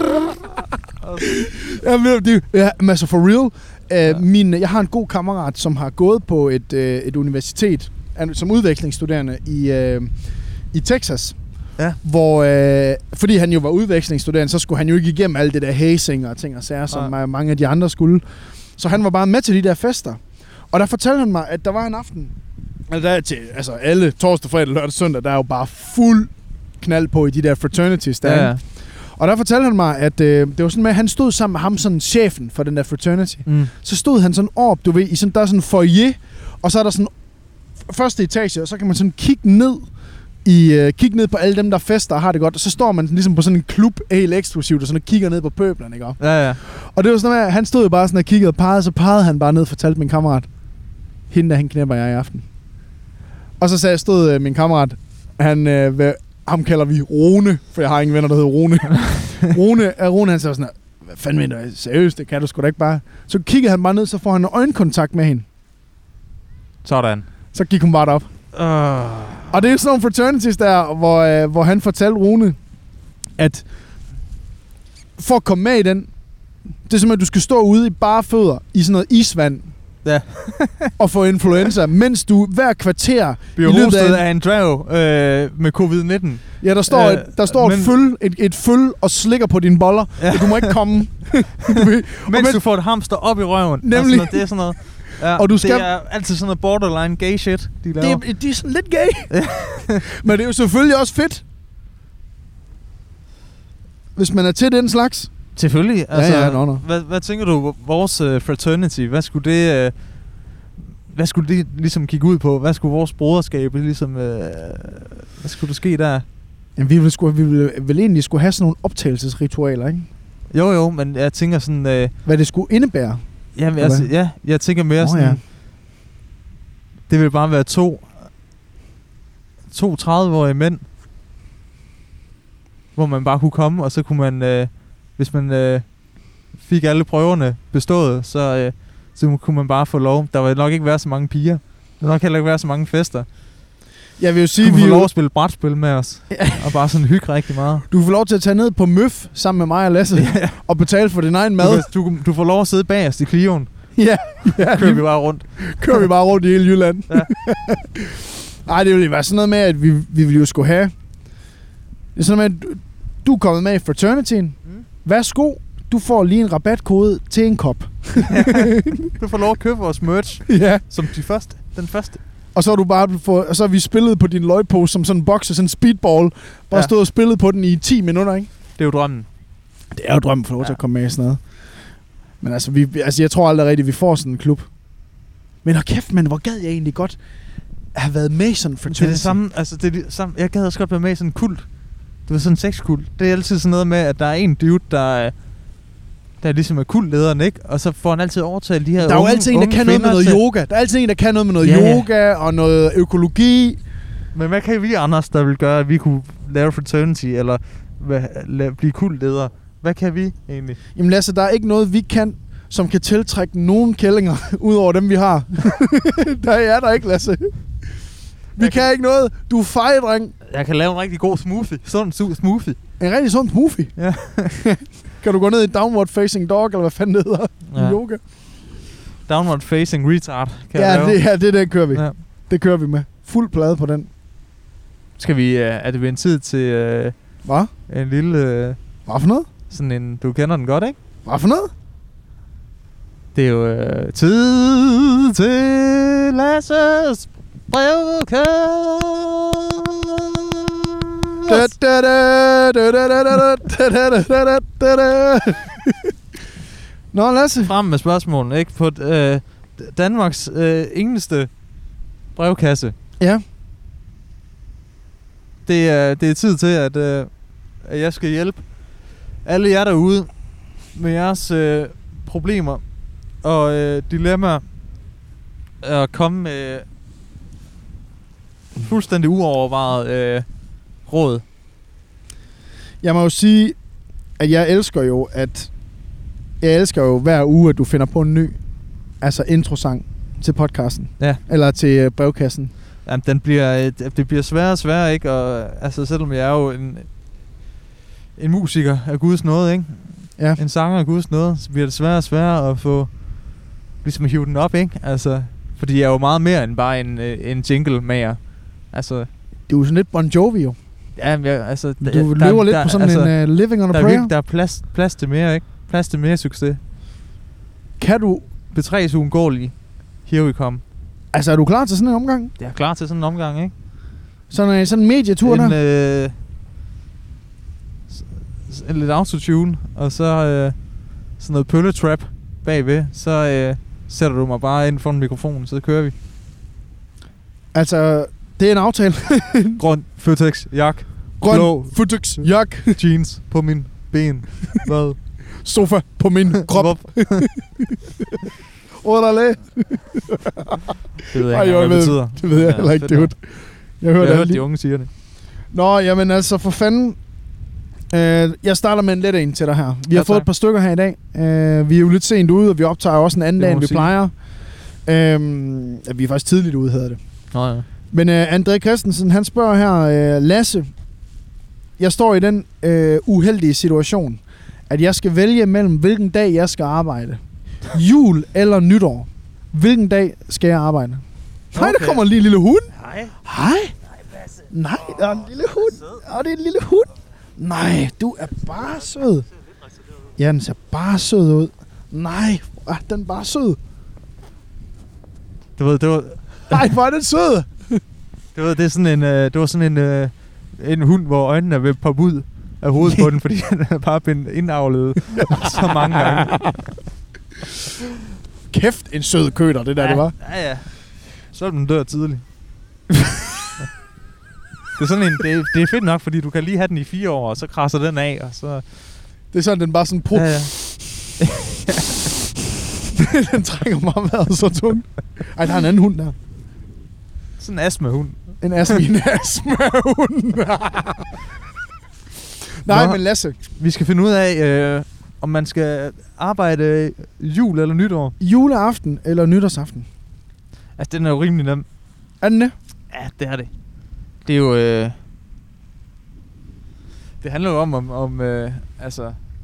Altså for real. Jeg har en god kammerat, som har gået på et universitet som udvekslingsstuderende i Texas, hvor fordi han jo var udvekslingsstuderende, så skulle han jo ikke igennem alt det der hazing og ting og sager, som mange af de andre skulle. Så han var bare med til de der fester. Og der fortalte han mig, at der var en aften, altså alle torsdag, fredag, lørdag, søndag, der er jo bare fuld knald på i de der fraternities der. Ja. Og der fortalte han mig, at det var sådan med, at han stod sammen med ham, sådan chefen for den der fraternity. Så stod han sådan op, du ved, i sådan, der er sådan en foyer, og så er der sådan første etage, og så kan man sådan kigge ned på alle dem, der fester og har det godt, og så står man ligesom på sådan en klub helt eksklusivt, og sådan og kigger ned på pøblerne, ikke? Ja. Og det var sådan, at han stod jo bare sådan og kiggede og pegede, så pegede han bare ned og fortalte min kammerat, hende der, hende knæpper jeg i aften. Og så stod min kammerat, ham kalder vi Rune, for jeg har ingen venner, der hedder Rune. Rune han sagde sådan, hvad fanden mener du? Seriøst, det kan du sgu da ikke bare. Så kiggede han bare ned, så får han øjenkontakt med hende. Sådan. Så gik hun bare op. Og det er jo sådan nogle fraternities der, hvor han fortalte Rune, at for at komme med i den, det er simpelthen, at du skal stå ude i bare fødder i sådan noget isvand. Ja. Og få influenza, mens du hver kvarter bliver hostet af en dværg med covid-19. Ja, der står et føl og slikker på dine boller, og du må ikke komme. mens du får et hamster op i røven. Nemlig. Altså, det er sådan noget. Ja, og du skal... Det er altid sådan noget borderline gay shit, de laver. De er sådan lidt gay. Men det er jo selvfølgelig også fedt. Hvis man er til den slags. Selvfølgelig. Altså, ja. Hvad tænker du, vores fraternity, hvad skulle det ligesom kigge ud på? Hvad skulle vores broderskab ligesom, hvad skulle der ske der? Jamen, vi ville egentlig skulle have sådan nogle optagelsesritualer, ikke? Jo, men jeg tænker sådan... hvad det skulle indebære? Jamen, altså, jeg tænker mere sådan... Ja. Det vil bare være to 30-årige mænd, hvor man bare kunne komme, og så kunne man... hvis man fik alle prøverne bestået, så kunne man bare få lov. Der vil nok ikke være så mange piger. Der vil nok heller ikke være så mange fester. Jeg vil jo sige, vi får lov at spille brætspil med os. Og bare sådan hygge rigtig meget. Du får lov til at tage ned på Møf sammen med mig og Lasse og betale for din egen mad. Du får lov at sidde bagerst i Clioen. Ja. Kører vi bare rundt. I hele Jylland. Ja. Ej, det ville være sådan noget med, at vi ville jo skulle have... Det er sådan noget med, at du er kommet med i fraternityen. Værsgo, du får lige en rabatkode til en kop. Du får lov at købe vores merch som den første. Og så har du bare og så har vi spillet på din løgpose som sådan en bokser, sådan en speedball. Bare stået og spillet på den i 10 minutter, ikke? Det er jo drømmen. Det er jo drømmen for lov til at komme med i sådan noget. Men altså, jeg tror aldrig rigtigt, vi får sådan en klub. Men kæft, man, hvor gad jeg egentlig godt have været med i sådan en fraternity. Det er det samme, altså det er det samme. Jeg gad også godt være med i sådan en kult. Det var sådan en sexkult. Det er altid sådan noget med, at der er en dude, der ligesom er kultlederen, ikke? Og så får han altid overtalt de her der er jo altid en, der kan noget med noget yoga. Der er altid en, der kan noget med noget yoga og noget økologi. Men hvad kan vi, Anders, der vil gøre, at vi kunne lave fraternity eller blive kultledere? Hvad kan vi egentlig? Jamen Lasse, der er ikke noget, vi kan, som kan tiltrække nogen kællinger, ud over dem, vi har. Der er der ikke, Lasse. Vi kan ikke noget. Du er fej, dreng. Jeg kan lave en rigtig god smoothie. Sund smoothie. En rigtig sund smoothie? Ja. Kan du gå ned i downward facing dog, eller hvad fanden det hedder? Ja. Yoga. Downward facing retard. Det kører vi. Ja. Det kører vi med. Fuld plade på den. Skal vi... er det ved en tid til... Hvad? En lille... Hvad for noget? Sådan en... Du kender den godt, ikke? Hvad for noget? Det er jo tid til Lasses brevkasse. Nå, Lasse. Frem med spørgsmålene, ikke? På Danmarks eneste brevkasse. Ja. Det er tid til, at jeg skal hjælpe alle jer derude med jeres problemer og dilemmaer og komme med fuldstændig uovervejet råd. Jeg må jo sige, at jeg elsker jo hver uge, at du finder på en ny introsang til podcasten. Ja. Eller til brevkassen. Jamen, det bliver sværere og sværere, ikke? Og altså, selvom jeg er jo en musiker af Guds nåde, ikke? Ja. En sanger af Guds nåde, så bliver det sværere og sværere at få ligesom at hive den op, ikke? Altså, fordi jeg er jo meget mere end bare en jingle-mager. Altså, det er jo sådan lidt Bon Jovi, jo. Ja, men du lever lidt på sådan en living on a prayer. Der er plads til mere, ikke? Plads til mere succes. Kan du... Betræs uundgåelige. Here we come. Altså, er du klar til sådan en omgang? Jeg er klar til sådan en omgang, ikke? Sådan en medietur der? En lidt autotune, og så sådan noget pølletrap bagved. Så sætter du mig bare ind foran mikrofonen, så kører vi. Altså, det er en aftale. Grøn Føtex jak. Grøn Føtex jak. Jeans på min ben. Hvad? Sofa på min krop. Orderlæ. Det ved jeg ikke, hvad det betyder. Det ved jeg heller ikke, det. Jeg har hørt de unge siger det. Nå, jamen altså, for fanden. Jeg starter med en let en til dig her. Vi har fået et par stykker her i dag. Vi er jo lidt sent ude, og vi optager også en anden dag, end vi plejer. Vi er faktisk tidligt ude, hedder det. Nå ja. Men André Christensen, han spørger her, Lasse, jeg står i den uheldige situation, at jeg skal vælge mellem, hvilken dag jeg skal arbejde. Jul eller nytår. Hvilken dag skal jeg arbejde? Hej, der kommer en lille hund. Hej. Nej, der er en lille hund. Det er en lille hund. Nej, du er bare sød. Ja, den ser bare sød ud. Nej, den er bare sød. Du ved, det var... Nej, hvor er den sød. Det var sådan en hund, hvor øjnene er ved at poppe ud af hovedet på den, fordi den er bare blevet indavlet så mange gange. Kæft, en sød køter, det der, det var. Ja. Så den dør tidligt. Det er sådan en, det er fedt nok, fordi du kan lige have den i 4 år, og så krasser den af, og så... Det er sådan, den bare sådan... Ja. Den trænger meget vejret så tungt. Ej, der er en anden hund der. Sådan en astmahund. En astmahund. Nej, men Lasse. Vi skal finde ud af, om man skal arbejde jul eller nytår. Juleaften eller nytårsaften? Altså, den er jo rimelig nem. Er den det? Ja, det er det. Det er jo... det handler jo om altså...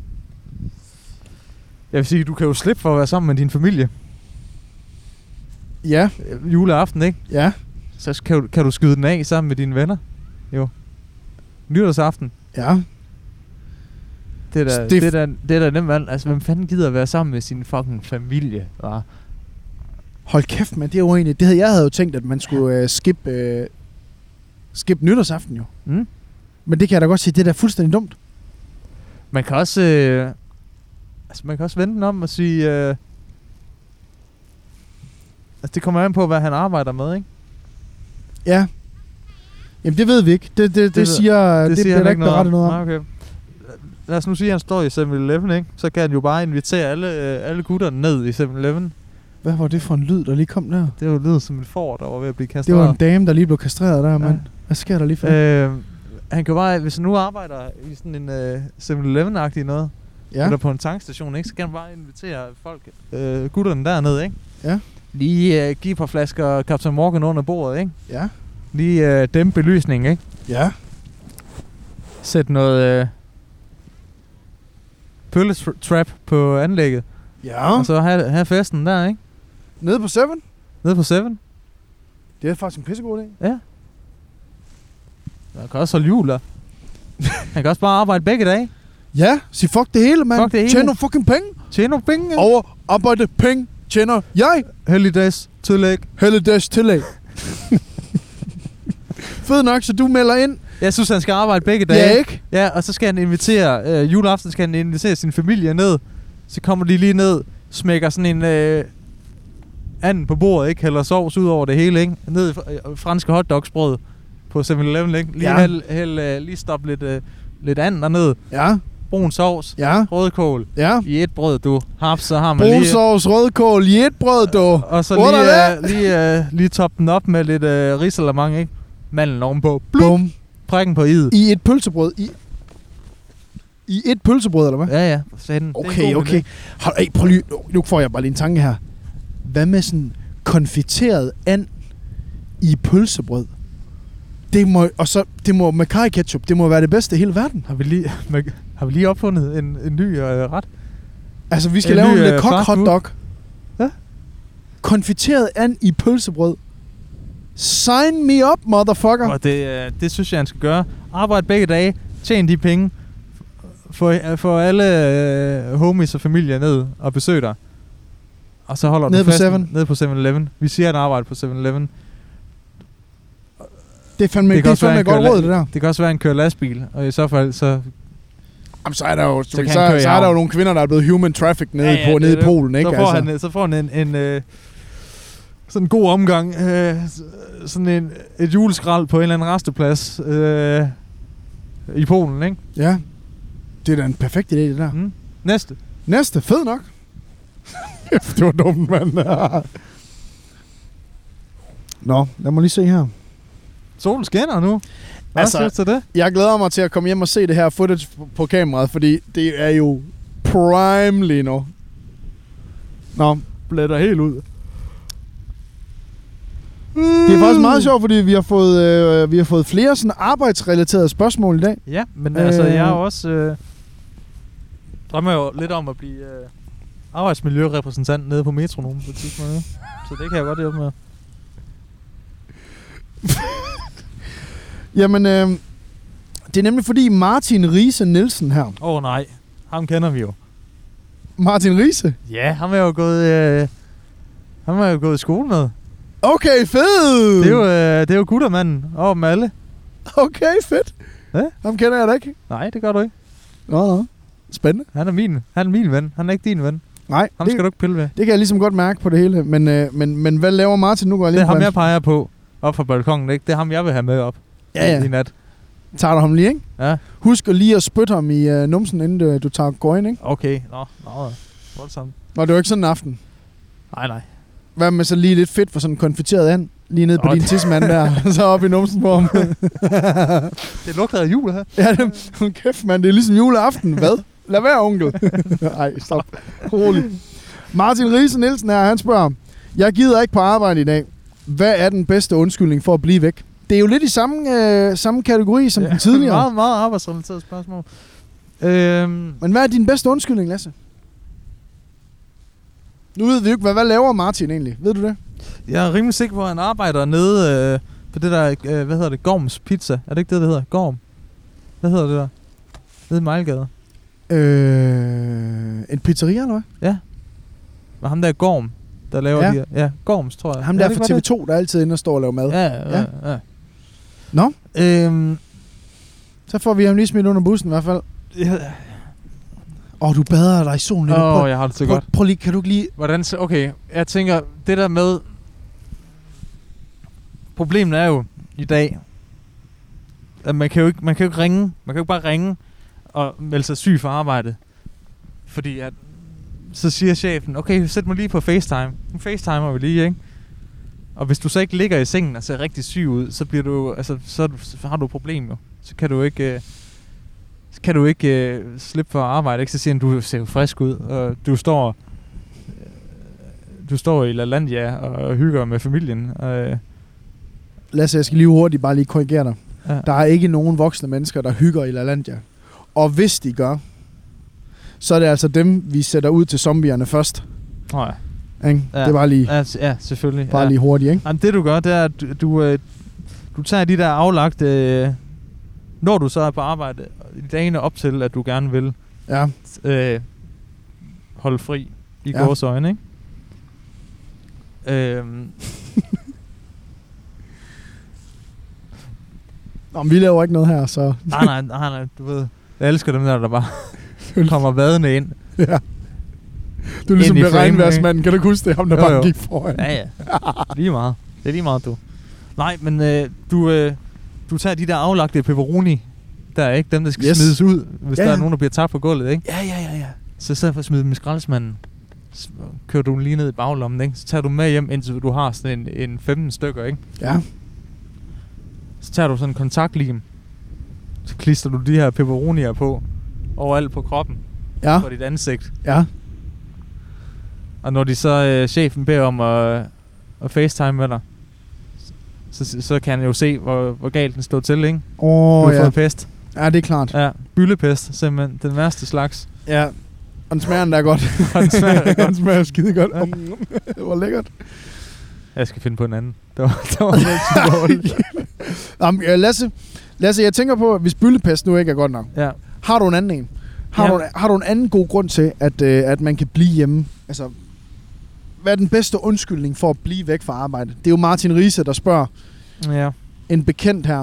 Jeg vil sige, du kan jo slippe for at være sammen med din familie. Ja. Juleaften, ikke? Ja. Så kan du skyde den af sammen med dine venner. Jo. Nytårsaften. Ja. Det er da nemt valg. Altså, hvem fanden gider at være sammen med sin fucking familie? Hva? Hold kæft, man. Det er jo egentlig... Jeg havde jo tænkt, at man skulle skip nytårsaften jo. Mm. Men det kan jeg da godt sige, det er da fuldstændig dumt. Man kan også... man kan også vende den om og sige... altså, det kommer an på, hvad han arbejder med, ikke? Ja. Jamen, det ved vi ikke. Det siger der ikke berettet noget om. Okay. Lad os nu sige, at han står i 7-Eleven, ikke? Så kan han jo bare invitere alle gutterne ned i 7-Eleven. Hvad var det for en lyd, der lige kom der? Det var lyd som et får, der var ved at blive kastreret. Det var en dame, der lige blev kastreret der, mand. Hvad sker der lige for? Han kan bare, hvis han nu arbejder i sådan en 7-Eleven-agtig noget, eller på en tankstation, ikke, så kan han bare invitere folk, gutterne dernede, ikke? Ja. Lige give et par flasker Captain Morgan under bordet, ikke? Ja. Lige dæmpe belysningen, ikke? Ja. Sæt noget pølletrap på anlægget. Ja. Og så have festen der, ikke? Nede på 7? Nede på 7. Det er faktisk en pissegod idé. Ja. Han kan også holde jul der. Han kan også bare arbejde begge dage. Ja, sig fuck det hele, mand. Tjene nogle fucking penge. Tjene nogle penge, ja. Over arbejde penge tjener jeg. Helligdags tillæg. Fed nok, så du melder ind. Jeg synes, han skal arbejde begge dage. Ja, ikke? Ja, og så skal han invitere, juleaften skal han invitere sin familie ned. Så kommer de lige ned, smækker sådan en anden på bordet, ikke? Hælder sovs ud over det hele, ikke? Ned i franske hotdogsbrød. på 7-Eleven, ikke? Lige stoppe lidt and dernede. Ja. Brun sovs. Ja. Rødkål. Ja. I et brød, du. Haps, så har man brun lige... sovs, rødkål i et brød, du. Og så lige toppe den op med lidt risalamande, ikke? Mandlen ovenpå. Bum. Prikken på i'et. I et pølsebrød. I et pølsebrød, eller hvad? Ja. Okay. Prøv lige. Nu får jeg bare lige en tanke her. Hvad med sådan konfiteret and i pølsebrød? Det må med curry ketchup. Det må være det bedste i hele verden. Har vi lige opfundet en ny ret? Altså, vi skal lave en Le Coq hotdog. Ja? Konfiteret and i pølsebrød. Sign me up, motherfucker. Og det synes jeg, han skal gøre. Arbejde begge dage. Tjen de penge. Få alle homies og familier ned og besøge dig. Og så holder du fast nede på 7-Eleven. Vi siger, at han arbejder på 7-Eleven. Det er fandme et godt råd, det der. Det kan også være, en kører lastbil. Og i så fald, så... Jamen, så er der jo, så er der jo nogle kvinder, der er blevet human traffic nede i Polen, ikke? Så får han en sådan en god omgang. Sådan et juleskrald på en eller anden resteplads i Polen, ikke? Ja. Det er da en perfekt idé, det der. Næste. Fed nok. Det var dumt, mand. Nå, lad mig lige se her. Solen skinner nu. Hvad synes du det? Jeg glæder mig til at komme hjem og se det her footage på kameraet, fordi det er jo prime lige nu. Nå, blætter helt ud. Det er faktisk meget sjovt, fordi vi har fået flere sådan arbejdsrelaterede spørgsmål i dag. Ja, men altså jeg er også drømmer jo lidt om at blive arbejdsmiljørepræsentant nede på Metronom på et tidspunkt. Så det kan jeg godt hjælpe med. Jamen, det er nemlig fordi Martin Riise Nielsen her. Nej, ham kender vi jo. Martin Riise? Ja, han er jo gået i skole med. Okay, fed! Det er jo guttermanden over dem alle. Okay, fedt. Ja? Ham kender jeg da ikke. Nej, det gør du ikke. Nå. Spændende. Han er min ven. Han er ikke din ven. Nej. Ham skal du ikke pille ved. Det kan jeg ligesom godt mærke på det hele. Men hvad laver Martin nu? Det er ham, jeg peger på op fra balkongen, ikke? Det er ham, jeg vil have med op. Ja. I nat. Tager du ham lige, ikke? Ja. Husk lige at spytte ham i numsen, inden du går ind, ikke? Okay. Nå. Voldsomt. Nå, det var ikke sådan en aften. Nej. Hvad med så lige lidt fedt for sådan en konfiteret and? Lige ned på din tidsmand der, så op i numsen på ham. Det lugter af jul her. Ja, kæft mand, det er ligesom juleaften. Hvad? Lad være, onkel. Nej, stop. Rolig. Martin Riise Nielsen her, han spørger, jeg gider ikke på arbejde i dag. Hvad er den bedste undskyldning for at blive væk? Det er jo lidt i samme kategori som den tidligere. Meget, meget arbejdsrelateret spørgsmål. Men hvad er din bedste undskyldning, Lasse? Nu ved vi jo ikke, hvad laver Martin egentlig? Ved du det? Jeg er rimelig sikker på, at han arbejder nede på det der, hvad hedder det, Gorms Pizza. Er det ikke det hedder? Gorm? Hvad hedder det der? Nede i Mejlgade. En pizzeria, eller hvad? Ja. Og ham der er Gorm, der laver de her. Ja, Gorms, tror jeg. Ham der fra TV2, der altid inde og står og laver mad. Ja. Nå. Så får vi ham lige smidt under bussen i hvert fald. Ja. Du bader dig i solen. Jeg har det så godt. Prøv lige, kan du ikke lige... Hvordan så? Okay, jeg tænker, det der med... Problemet er jo i dag, at man kan jo ikke ringe. Man kan jo ikke bare ringe og melde sig syg for arbejde. Fordi at... Så siger chefen, okay, sæt mig lige på FaceTime. Nu FaceTimer vi lige, ikke? Og hvis du så ikke ligger i sengen og ser rigtig syg ud, så bliver du... Altså, så har du et problem jo. Så kan du ikke slippe for at arbejde, ikke? Så siger han, du ser jo frisk ud, og du står i LaLandia og hygger med familien. Lasse, jeg skal lige hurtigt bare lige korrigere dig. Ja. Der er ikke nogen voksne mennesker, der hygger i LaLandia. Og hvis de gør, så er det altså dem, vi sætter ud til zombierne først. Ja. Ikke? Det er bare lige... Ja, selvfølgelig. Bare lige hurtigt, ikke? Jamen, det du gør, det er, at du tager de der aflagte... Når du så er på arbejde, i dagene op til, at du gerne vil holde fri i gåseøjne, ikke? Nå, men vi laver ikke noget her, så... Nej, du ved. Jeg elsker dem der bare kommer vadende ind. Ja. Du er ligesom med regnværsmanden, kan du huske det? Ham, der bare gik foran. Ja. Lige meget. Det er lige meget, du. Nej, men du du tager de der aflagte pepperoni, der er ikke dem, der skal smides ud, hvis der er nogen, der bliver tabt på gulvet, ikke? Ja. Så i stedet for at smide dem i skraldespanden, så kører du lige ned i baglommen, ikke? Så tager du med hjem, indtil du har sådan en 15 stykker, ikke? Ja. Så tager du sådan en kontaktlim, så klister du de her pepperonier på, overalt på kroppen, på dit ansigt. Ja. Og når de så chefen beder om at FaceTime med dig, så kan han jo se, hvor galt den står til, ikke? Du har fået pest. Ja, det er klart. Ja, byllepest, simpelthen. Den værste slags. Ja, og den smager endda godt. Den smager skide godt. Ja. Det var lækkert. Jeg skal finde på en anden. Det var lidt dårligt. Lasse, jeg tænker på, at hvis byllepest nu ikke er godt nok, har du en anden en? Har du en anden god grund til, at man kan blive hjemme? Altså, hvad er den bedste undskyldning for at blive væk fra arbejde? Det er jo Martin Riese, der spørger en bekendt her.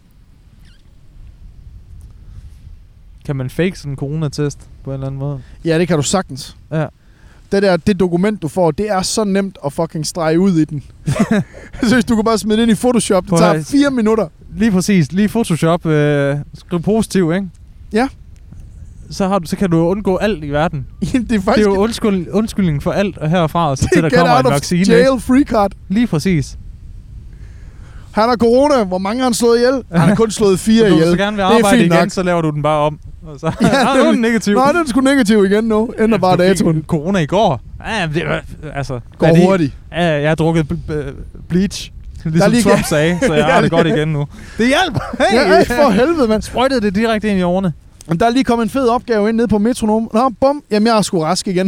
Kan man fake sådan en coronatest på en eller anden måde? Ja, det kan du sagtens. Ja. Det dokument, du får, det er så nemt at fucking strege ud i den. Så hvis du kan bare smide det ind i Photoshop, det tager 4 minutter. Lige præcis. Lige Photoshop. Skriv positiv, ikke? Ja. Så kan du undgå alt i verden. Det er jo undskyldning for alt herfra, og så til der kommer en vaccine. Get out of jail free card. Lige præcis. Han har corona. Hvor mange har han slået ihjel? Han har kun slået 4 ihjel. Du så gerne vil arbejde igen, så laver du den bare om. Og så, det er negativ. Nej, den er sgu negativ igen nu. Ændrer bare datoen. Corona i går. Ja, det altså... Går hurtigt. Ja, jeg har drukket bleach. Ligesom Trump sagde, så jeg har det godt igen nu. Det hjælper! Hey! Ja, for helvede, mand. Sprøjtede det direkte ind i årene. Der er lige kommet en fed opgave ind nede på Metronom. Nå, bum. Jamen, jeg er sgu rask igen.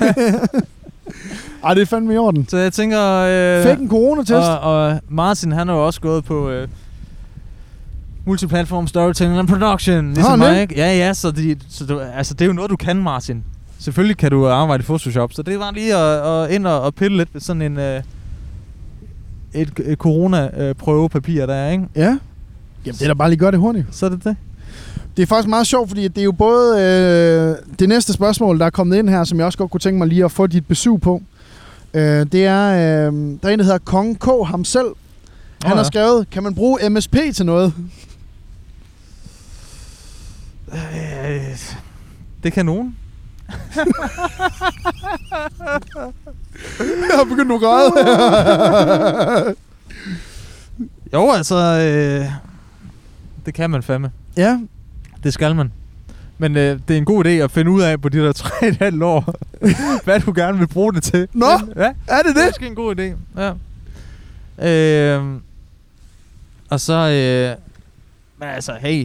Ej, det er fandme i orden. Så jeg tænker... Fik en coronatest. Og Martin, han har jo også gået på... multiplatform storytelling and production, ligesom mig, ikke? Ja, så det er jo noget, du kan, Martin. Selvfølgelig kan du arbejde i Photoshop, så det var lige at ind og pille lidt ved sådan et corona-prøvepapir, der er, ikke? Ja. Jamen, det er da bare lige gøre det hurtigt. Så er det. Det er faktisk meget sjovt, fordi det er jo både det næste spørgsmål, der er kommet ind her, som jeg også godt kunne tænke mig lige at få dit besøg på. Det er, der er en, der hedder Kong K. ham selv. Han har skrevet, kan man bruge MSP til noget? Det kan nogen. Jeg har begyndt at græde. Jo, altså... det kan man fandme. Ja. Det skal man. Men det er en god idé at finde ud af på de der 3,5 år, hvad du gerne vil bruge det til. Nå, ja, er det det? Det er måske en god idé, ja. Og så... men altså, hey.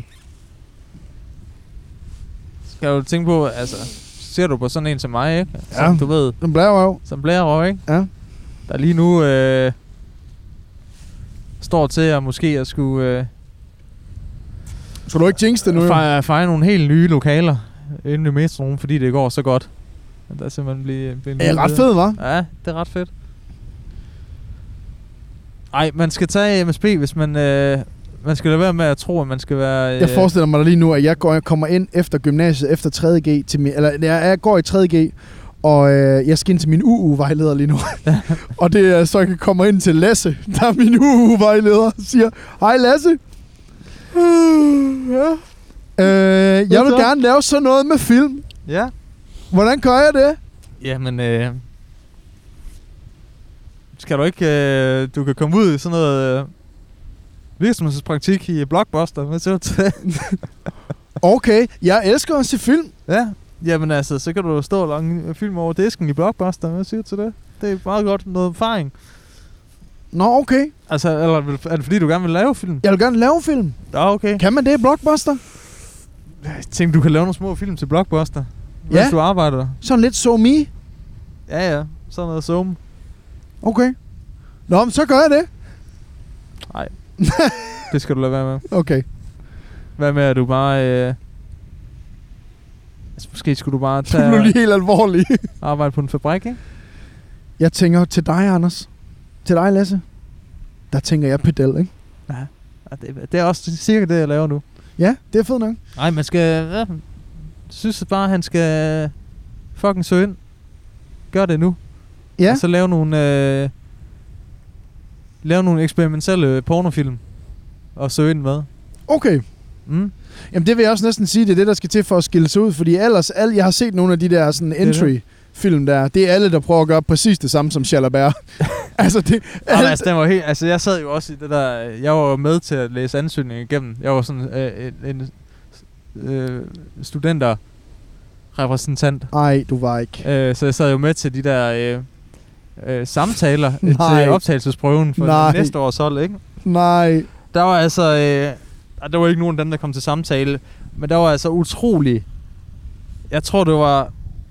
Skal du tænke på, altså... Ser du på sådan en som mig, ikke? Som, ja, du ved... Som blærerøv. Som blærerøv, ikke? Ja. Der lige nu står til at måske at skulle... Så du ikke jinx det nu? Fejre nogle helt nye lokaler inde i Metronom, fordi det går så godt. Der er simpelthen blevet ret fedt, hva'? Ja, det er ret fedt. Ej, man skal tage MSP, hvis man skal lade være med at tro, at man skal være... Jeg forestiller mig da lige nu, at jeg kommer ind efter gymnasiet, efter 3.G, jeg går i 3.G, og jeg skal ind til min UU-vejleder lige nu. Og det er så, jeg kommer ind til Lasse, der er min UU-vejleder, og siger, hej Lasse. Jeg vil gerne lave sådan noget med film. Ja. Hvordan gør jeg det? Jamen, skal du ikke... du kan komme ud i sådan noget... virksomhedspraktik i Blockbuster. Hvad siger du til det? Okay, jeg elsker at se film. Ja, jamen altså, så kan du stå og lave film over disken i Blockbuster. Hvad siger du til det? Det er meget godt noget erfaring. Nå, okay. Altså, eller er det fordi, du gerne vil lave film? Jeg vil gerne lave film. Ja, okay. Kan man det i Blockbuster? Jeg tænkte, du kan lave nogle små film til Blockbuster, mens du arbejder der. Sådan lidt So Me? Ja, sådan noget Zoom. Okay. Nå, men så gør jeg det. Nej, det skal du lade være med. Okay. Hvad med, at du bare... altså, måske skulle du bare tage... Du bliver lige helt alvorlig. Arbejde på en fabrik, ikke? Jeg tænker til dig, Anders. Til dig, Lasse. Der tænker jeg pedel, ikke? Ja, det er også cirka det, jeg laver nu. Ja, det er fedt nok. Nej, man skal... Jeg synes bare, han skal fucking søge ind. Gør det nu. Ja. Og så lave nogle eksperimentelle pornofilm. at søge ind med. Okay. Jamen det vil jeg også næsten sige, det er det, der skal til for at skille sig ud, fordi ellers, jeg har set nogle af de der sådan entry-film der, det er alle, der prøver at gøre præcis det samme som Jalabert. Altså det... Altså, den var helt, altså jeg sad jo også i det der, jeg var jo med til at læse ansøgningen igennem. Jeg var sådan en studenterrepræsentant. Nej, du var ikke. Så jeg sad jo med til de der samtaler til optagelsesprøven for næste års hold, ikke? Nej. Der var altså... der var ikke nogen af dem, der kom til samtale, men der var altså utrolig... Jeg tror, det var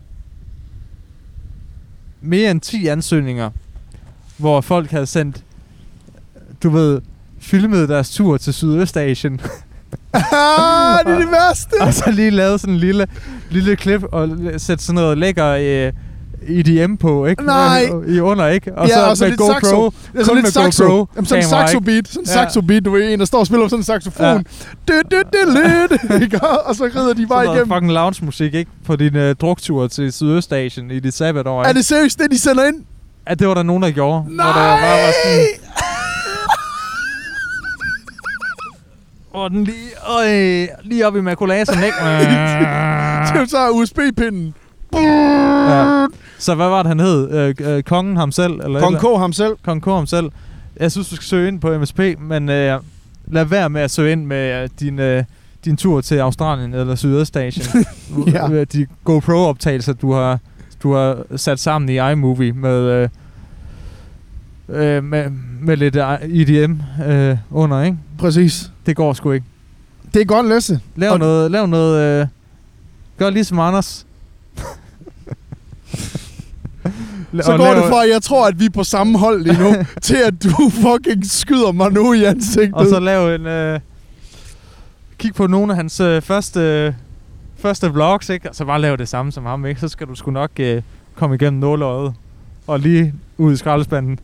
mere end 10 ansøgninger, hvor folk havde sendt, du ved, filmet deres tur til Sydøstasien. Det er det værste! Og så lige lavet sådan en lille klip og sætte sådan noget lækker EDM på, ikke? Nej! I under, ikke? Og ja, så med lidt GoPro. Saxo. Kun med GoPro. Jamen, sådan en saxo-beat. Sådan en saxo-beat, du ved, en der står og spiller på sådan en saxofon. Og så rider de bare igennem. Sådan fucking lounge-musik, ikke? På din druktur til Sydøstasien i dit sabbatår, ikke? Er det seriøst det, de sender ind? Ja, det var der nogen, der gjorde. Nej! Hvor der bare var sådan... Og den lige op i makulasen, ikke? Det var så USB-pinden. Ja. Så hvad var det, han hed? Kongen ham selv? Eller Kong K ham selv. Kong K ham selv. Jeg synes, du skal søge ind på MSP, men lad være med at søge ind med din tur til Australien eller Sydøstasien. Ja. De GoPro-optagelser, du har sat sammen i iMovie med lidt EDM under, ikke? Præcis. Det går sgu ikke. Det er godt, Lasse. Lav noget... gør ligesom Anders. Så går det fra, at jeg tror, at vi er på samme hold lige nu, til at du fucking skyder mig nu i ansigtet. Og så lave en... kig på nogle af hans første vlogs, ikke? Og så bare lave det samme som ham, ikke? Så skal du sgu nok komme igennem nåleøjet. Og lige ud i skraldespanden.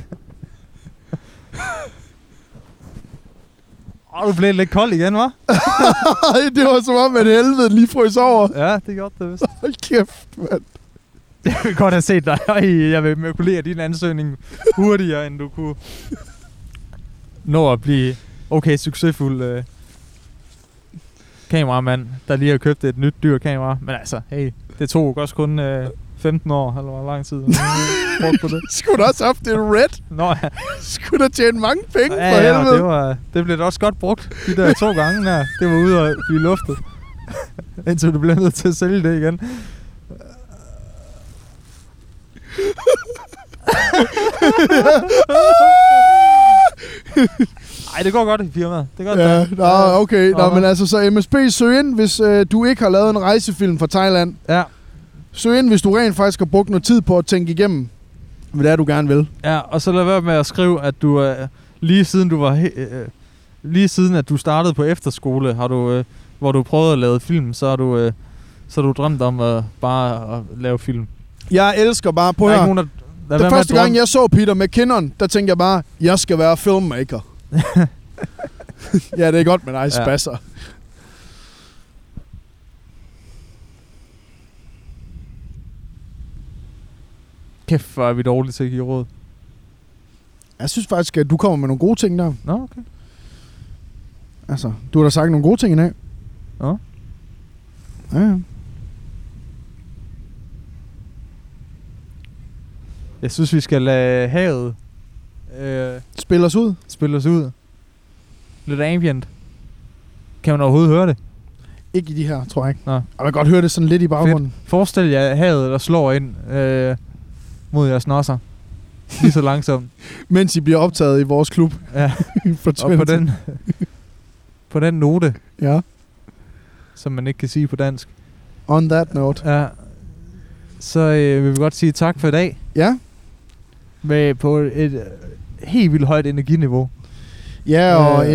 Du blev lidt kold igen, hva'? Det var som om, at helvede lige frøs over. Ja, det gjorde det vist. Hold kæft, mand. Jeg vil godt have set dig. Jeg vil makulere din ansøgning hurtigere, end du kunne nå at blive okay succesfuld kameramand, der lige har købt et nyt dyr kamera. Men altså, hey, det tog også kun 15 år, eller hvor lang tid brugt på det. Skulle du også have haft det red? Nå ja. Skulle du tjene mange penge ja, for helvede? Ja, det blev da også godt brugt, de der 2 gange der. Det var ude og blive luftet. Indtil du blev nødt til at sælge det igen. Ej, det går godt i firmaet. Det går ja, okay. Nå, men altså, så MSP, søg ind, hvis du ikke har lavet en rejsefilm fra Thailand. Ja. Søg ind, hvis du rent faktisk har brugt noget tid på at tænke igennem, hvad det er, du gerne vil. Ja, og så lad være med at skrive, at du lige siden at du startede på efterskole, har du, hvor du prøvede at lave film, så har du drømt om bare at lave film. Jeg elsker bare på her. Den første gang, jeg så Peter McKinnon, der tænkte jeg bare, jeg skal være filmmaker. Ja, det er godt med dig, spasser. Kæft, hvor er vi dårlige til at give råd. Jeg synes faktisk, at du kommer med nogle gode ting der. Nå, okay. Altså, du har da sagt nogle gode ting i dag. Nå. Ja. Jeg synes, vi skal lade havet spille os ud. Lidt ambient. Kan man overhovedet høre det? Ikke i de her, tror jeg ikke. Nå. Og man kan godt høre det sådan lidt i baggrunden. Fedt. Forestil jer havet, der slår ind mod jeres nosser. Lige så langsomt. Mens I bliver optaget i vores klub. Ja. Og på den note. Ja. Som man ikke kan sige på dansk. On that note. Ja. Så vil vi godt sige tak for i dag. Ja. På et helt vildt højt energiniveau. Ja, og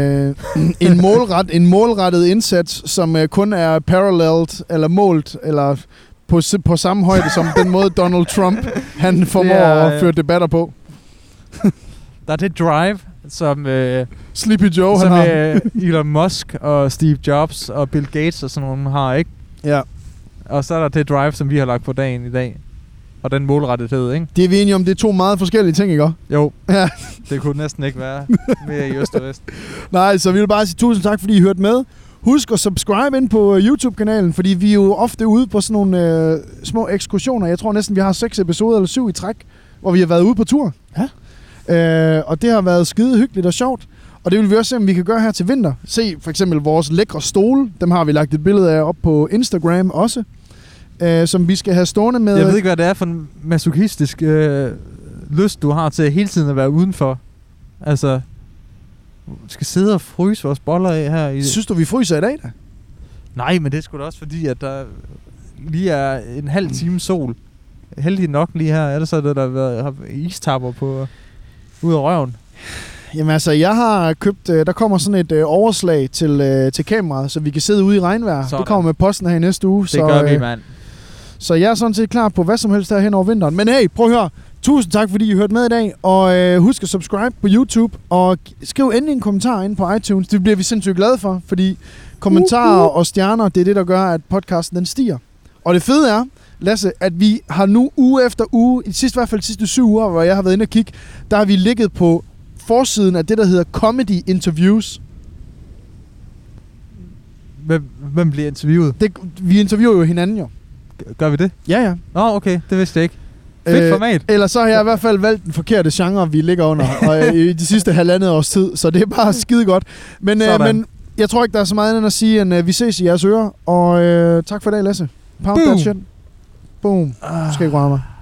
en målrettet indsats, som kun er parallelt eller målt eller på samme højde som den måde Donald Trump han formår at føre debatter på. Der er det drive, som Sleepy Joe som Elon Musk og Steve Jobs og Bill Gates og sådan nogle har, ikke? Ja. Og så er der det drive, som vi har lagt på dagen i dag. og den målrettethed, ikke? Det er vi enige om, det er 2 meget forskellige ting, ikke? Jo, ja. Det kunne næsten ikke være mere i øst og vest. Nej, så vi vil bare sige tusind tak, fordi I hørte med. Husk at subscribe ind på YouTube-kanalen, fordi vi er jo ofte ude på sådan nogle små ekskursioner. Jeg tror næsten, vi har 6 episoder eller 7 i træk, hvor vi har været ude på tur. Ja. Og det har været skide hyggeligt og sjovt. Og det vil vi også se, om vi kan gøre her til vinter. Se for eksempel vores lækre stole. Dem har vi lagt et billede af op på Instagram også. Som vi skal have stående med... Jeg ved ikke, hvad det er for en masochistisk lyst, du har til hele tiden at være udenfor. Altså, du skal sidde og fryse vores boller af her. Synes du, vi fryser i dag da? Nej, men det er sgu da også fordi, at der lige er en halv time sol. Heldig nok lige her. Er det så, der har istapper på ud af røven? Jamen altså, jeg har købt... der kommer sådan et overslag til kameraet, så vi kan sidde ude i regnvejr. Sådan. Det kommer med posten her i næste uge. Det gør vi, mand. Så jeg er sådan set klar på hvad som helst her hen over vinteren. Men hey, prøv at høre. Tusind tak, fordi I hørte med i dag. Og husk at subscribe på YouTube. Og skriv endelig en kommentar ind på iTunes. Det bliver vi sindssygt glade for. Fordi kommentarer og stjerner, det er det, der gør, at podcasten den stiger. Og det fede er, Lasse, at vi har nu uge efter uge, i hvert fald de sidste 7 uger, hvor jeg har været inde og kigge, der har vi ligget på forsiden af det, der hedder Comedy Interviews. Hvem bliver interviewet? Vi interviewer jo hinanden jo. Gør vi det? Ja. Okay, det vidste jeg ikke. Fedt format. Eller så har jeg i hvert fald valgt den forkerte genre, vi ligger under og i de sidste 1,5 års tid, så det er bare skide godt. Men jeg tror ikke, der er så meget andet at sige, end vi ses i jeres ører. Og tak for i dag, Lasse. Pound that shit. Boom. Du skal ikke røre mig.